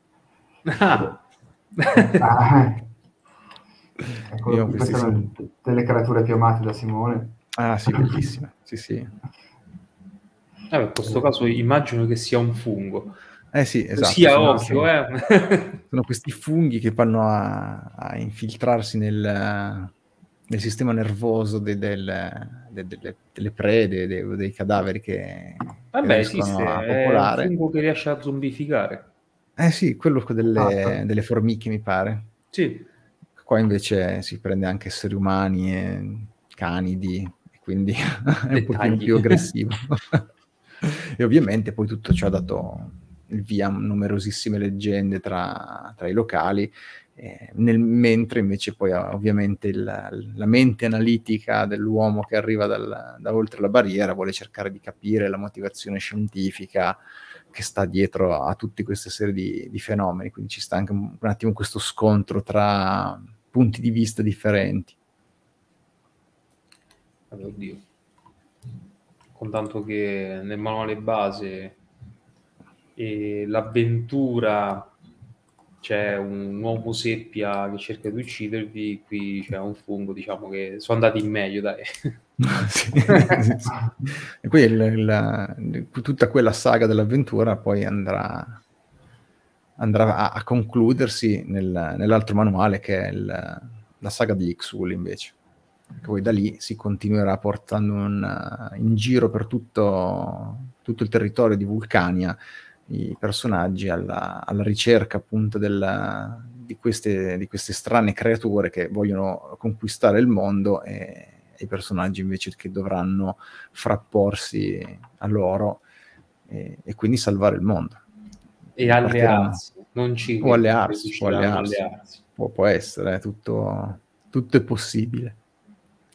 Ah. ah, ecco, Io queste sono sono... delle creature più amate da Simone. Ah sì, bellissime, sì sì. Eh, in questo caso immagino che sia un fungo. Eh sì, esatto. Sia sono, occhio, sono, eh. sono questi funghi che vanno a, a infiltrarsi nel, nel sistema nervoso de, del, de, de, delle prede, de, dei cadaveri che, Vabbè, che riescono esiste, a è un popolare. fungo che riesce a zombificare. Eh sì, quello delle, delle formiche mi pare. Sì. Qua invece si prende anche esseri umani e canidi, e quindi è un pochino più aggressivo. E ovviamente poi tutto ciò ha dato il via a numerosissime leggende tra, tra i locali, eh, nel, mentre invece poi ovviamente il, la mente analitica dell'uomo che arriva dal, da oltre la barriera vuole cercare di capire la motivazione scientifica che sta dietro a tutte queste serie di, di fenomeni, quindi ci sta anche un, un attimo questo scontro tra punti di vista differenti. Oddio. Con tanto che nel manuale base e l'avventura c'è un uomo seppia che cerca di uccidervi, qui c'è un fungo, diciamo che sono andati in meglio, dai. sì, sì, sì. E poi il, il, tutta quella saga dell'avventura poi andrà, andrà a, a concludersi nel, nell'altro manuale che è il, la saga di Ixul invece. Che poi da lì si continuerà portando un, in giro per tutto, tutto il territorio di Vulcania i personaggi alla, alla ricerca appunto del, di, queste, di queste strane creature che vogliono conquistare il mondo e i personaggi invece che dovranno frapporsi a loro e, e quindi salvare il mondo. E allearsi, non ci o allearsi, può allearsi. allearsi. Può, può essere, tutto, tutto è possibile.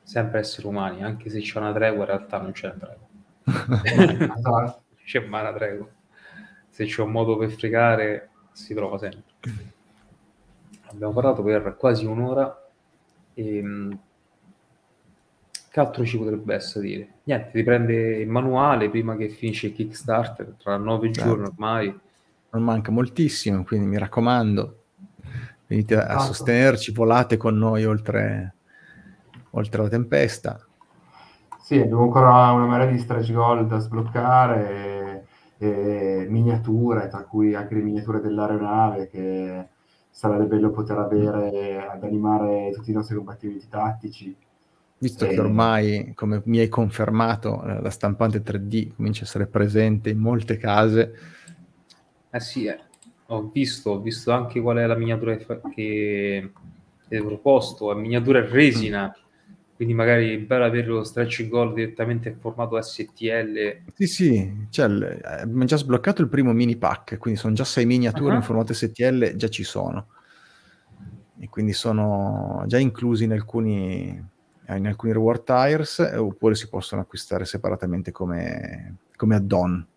sempre esseri umani, anche se c'è una tregua, in realtà non c'è una tregua. Esatto. C'è mai una tregua. Se c'è un modo per fregare, si trova sempre. Abbiamo parlato per quasi un'ora e che altro ci potrebbe essere dire? Niente, riprende il manuale prima che finisce il Kickstarter, tra nove Certo. giorni ormai. Non manca moltissimo, quindi mi raccomando, venite a Esatto. sostenerci, volate con noi oltre, oltre la tempesta. Sì, abbiamo ancora una marea di stretch goal da sbloccare, e, e miniature, tra cui anche le miniature dell'aeronave, che sarebbe bello poter avere ad animare tutti i nostri combattimenti tattici. Visto E- che ormai, come mi hai confermato, eh, la stampante tre D comincia a essere presente in molte case. Eh sì, eh. Ho visto, ho visto anche qual è la miniatura che, fa- che che hai proposto, è miniatura in resina, quindi magari è bello avere lo stretch goal direttamente in formato S T L. Sì, sì, cioè, l- eh, abbiamo già sbloccato il primo mini pack, quindi sono già sei miniature Ah. in formato S T L, già ci sono. E quindi sono già inclusi in alcuni, eh, in alcuni reward tires, eh, oppure si possono acquistare separatamente come, come add-on.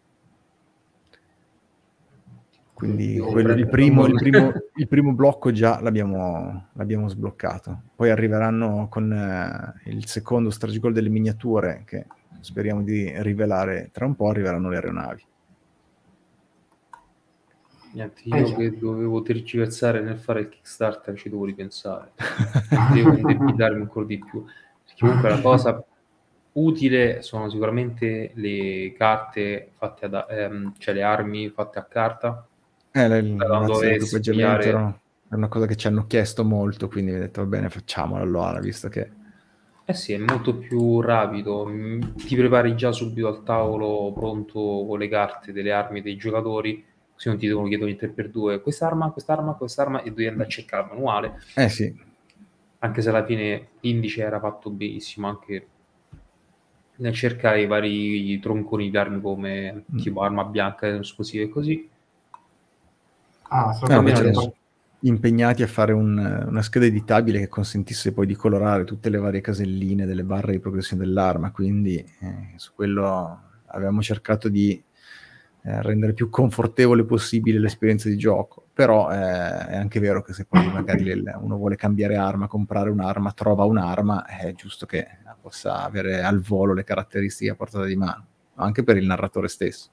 Quindi Sì, quello- il, prendo- primo, il, non- primo, il primo blocco già l'abbiamo, l'abbiamo sbloccato. Poi arriveranno con eh, il secondo stretch goal delle miniature, che speriamo di rivelare tra un po', arriveranno le aeronavi. Niente, Eh, io già. che dovevo tergiversare nel fare il Kickstarter ci devo ripensare. Devo indebitarmi ancora di più. Perché comunque la cosa utile sono sicuramente le carte fatte ad, ehm, cioè le armi fatte a carta. Eh, le- Da non grazie dover all'equipaggiamento sfogliare. era- è una cosa che ci hanno chiesto molto, quindi ho detto va bene, facciamolo allora, visto che... Eh sì, è molto più rapido. Mm, Ti prepari già subito al tavolo pronto con le carte delle armi dei giocatori, così non ti devono chiedere ogni tre per due quest'arma, quest'arma, quest'arma e devi andare a cercare il manuale. Eh sì, Anche se alla fine l'indice era fatto benissimo anche nel cercare i vari tronconi di armi come Mm. tipo arma bianca, esplosive e così. Ah, Eh, assolutamente. invece adesso- siamo impegnati a fare un- una scheda editabile che consentisse poi di colorare tutte le varie caselline delle barre di progressione dell'arma, quindi eh, su quello avevamo cercato di eh, rendere più confortevole possibile l'esperienza di gioco, però eh, è anche vero che se poi magari le- uno vuole cambiare arma, comprare un'arma, trova un'arma, è giusto che possa avere al volo le caratteristiche a portata di mano, anche per il narratore stesso.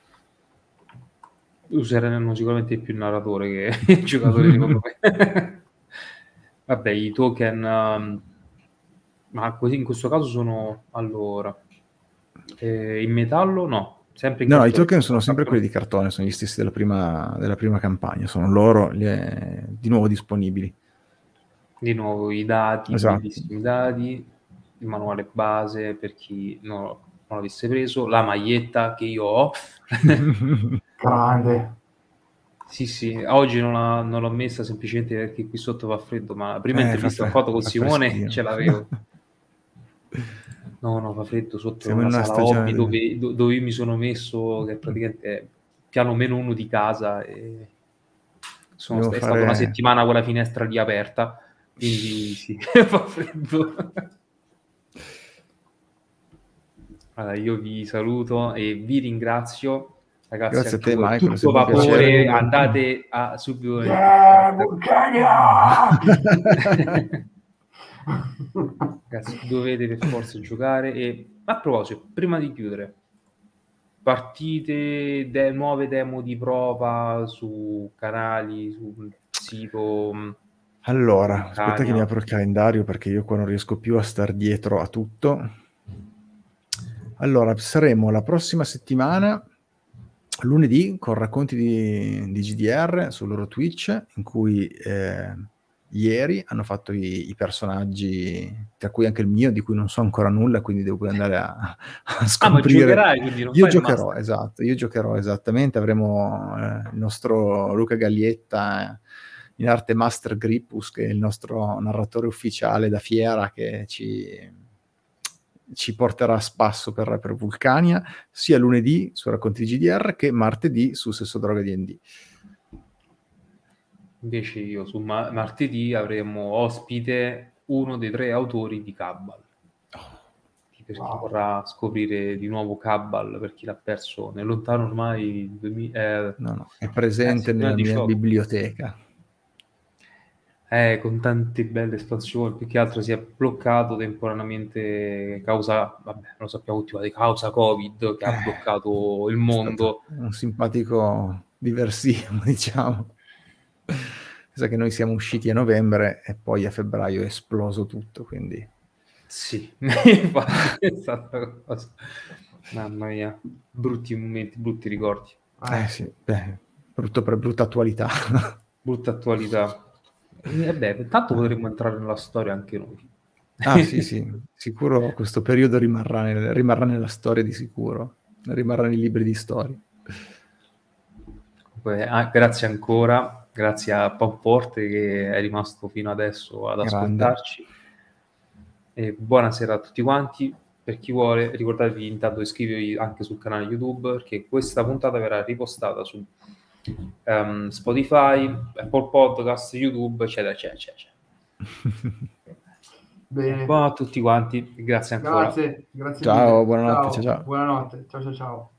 Useranno sicuramente più il narratore che il giocatore, secondo me. Vabbè, i token, um, ma così in questo caso sono allora eh, in metallo? No, sempre in No, no, i cartone. token sono sempre quelli di cartone, sono gli stessi della prima, della prima campagna, sono loro li è- di nuovo disponibili. Di nuovo i dati, Esatto. bellissimi dati, il manuale base per chi non, non l'avesse preso, la maglietta che io ho. Grande. Sì, sì, oggi non, la- non l'ho messa semplicemente perché qui sotto fa freddo, ma prima Eh, intervista fa ho fre- fatto con fa Simone freschino. ce l'avevo. No, no, fa freddo sotto Siamo in la una sala stagione hobby di- dove, do- dove io mi sono messo, che praticamente è piano meno uno di casa, e sono, Dobbiamo è stata una fare- settimana con la finestra lì aperta, quindi sì, fa freddo. Allora, io vi saluto e vi ringrazio. Ragazzi, Grazie a anche te, voi, Michael, è tutto sempre un vapore, piacere. andate a subito nel Yeah, Kickstarter. Vulcania! Ragazzi, dovete per forza giocare. E a proposito, prima di chiudere, partite, de- nuove demo di prova su canali, sul sito. mh, Allora, aspetta Vulcania. che mi apro il calendario perché io qua non riesco più a star dietro a tutto. Allora, saremo la prossima settimana, lunedì, con racconti di, di G D R sul loro Twitch, in cui eh, ieri hanno fatto i, i personaggi, tra cui anche il mio, di cui non so ancora nulla, quindi devo andare a, a Ah, ma scoprire. giocherai, quindi non Io fai il giocherò, master. esatto, io giocherò esattamente, avremo eh, il nostro Luca Gaglietta in arte Master Grippus, che è il nostro narratore ufficiale da fiera, che ci, ci porterà a spasso per, per Vulcania, sia lunedì su Racconti G D R che martedì su Sesso Droga D and D. Invece io su ma- martedì avremo ospite uno dei tre autori di Cabal. Per chi Wow. vorrà scoprire di nuovo Cabal, per chi l'ha perso nel lontano ormai duemila, eh, No, no, è presente eh, nella mia duemiladiciotto. biblioteca. Eh, con tante belle espansioni, più che altro si è bloccato temporaneamente causa, vabbè, lo sappiamo tutti, ma di causa Covid, che ha Eh, bloccato il È mondo. stato un simpatico diversivo, diciamo. Pensa che noi siamo usciti a novembre e poi a febbraio è esploso tutto, quindi... Sì, infatti è stata una cosa. Mamma mia, brutti momenti, brutti ricordi, Eh sì, beh, brutto per brutta attualità. brutta attualità. E beh, intanto potremmo entrare nella storia anche noi. Ah sì, sì, sicuro questo periodo rimarrà, nel, rimarrà nella storia di sicuro, rimarrà nei libri di storia. Comunque, ah, grazie ancora, grazie a Panforte che è rimasto fino adesso ad Grande. ascoltarci. E buonasera a tutti quanti. Per chi vuole, ricordatevi intanto di iscrivervi anche sul canale YouTube, perché questa puntata verrà ripostata su um, Spotify, Apple Podcast, YouTube, eccetera, eccetera, eccetera. Bene. Buon a tutti quanti, grazie ancora. Grazie, grazie Ciao, mille. buonanotte, Ciao, ciao, ciao. buonanotte. Ciao, ciao, ciao.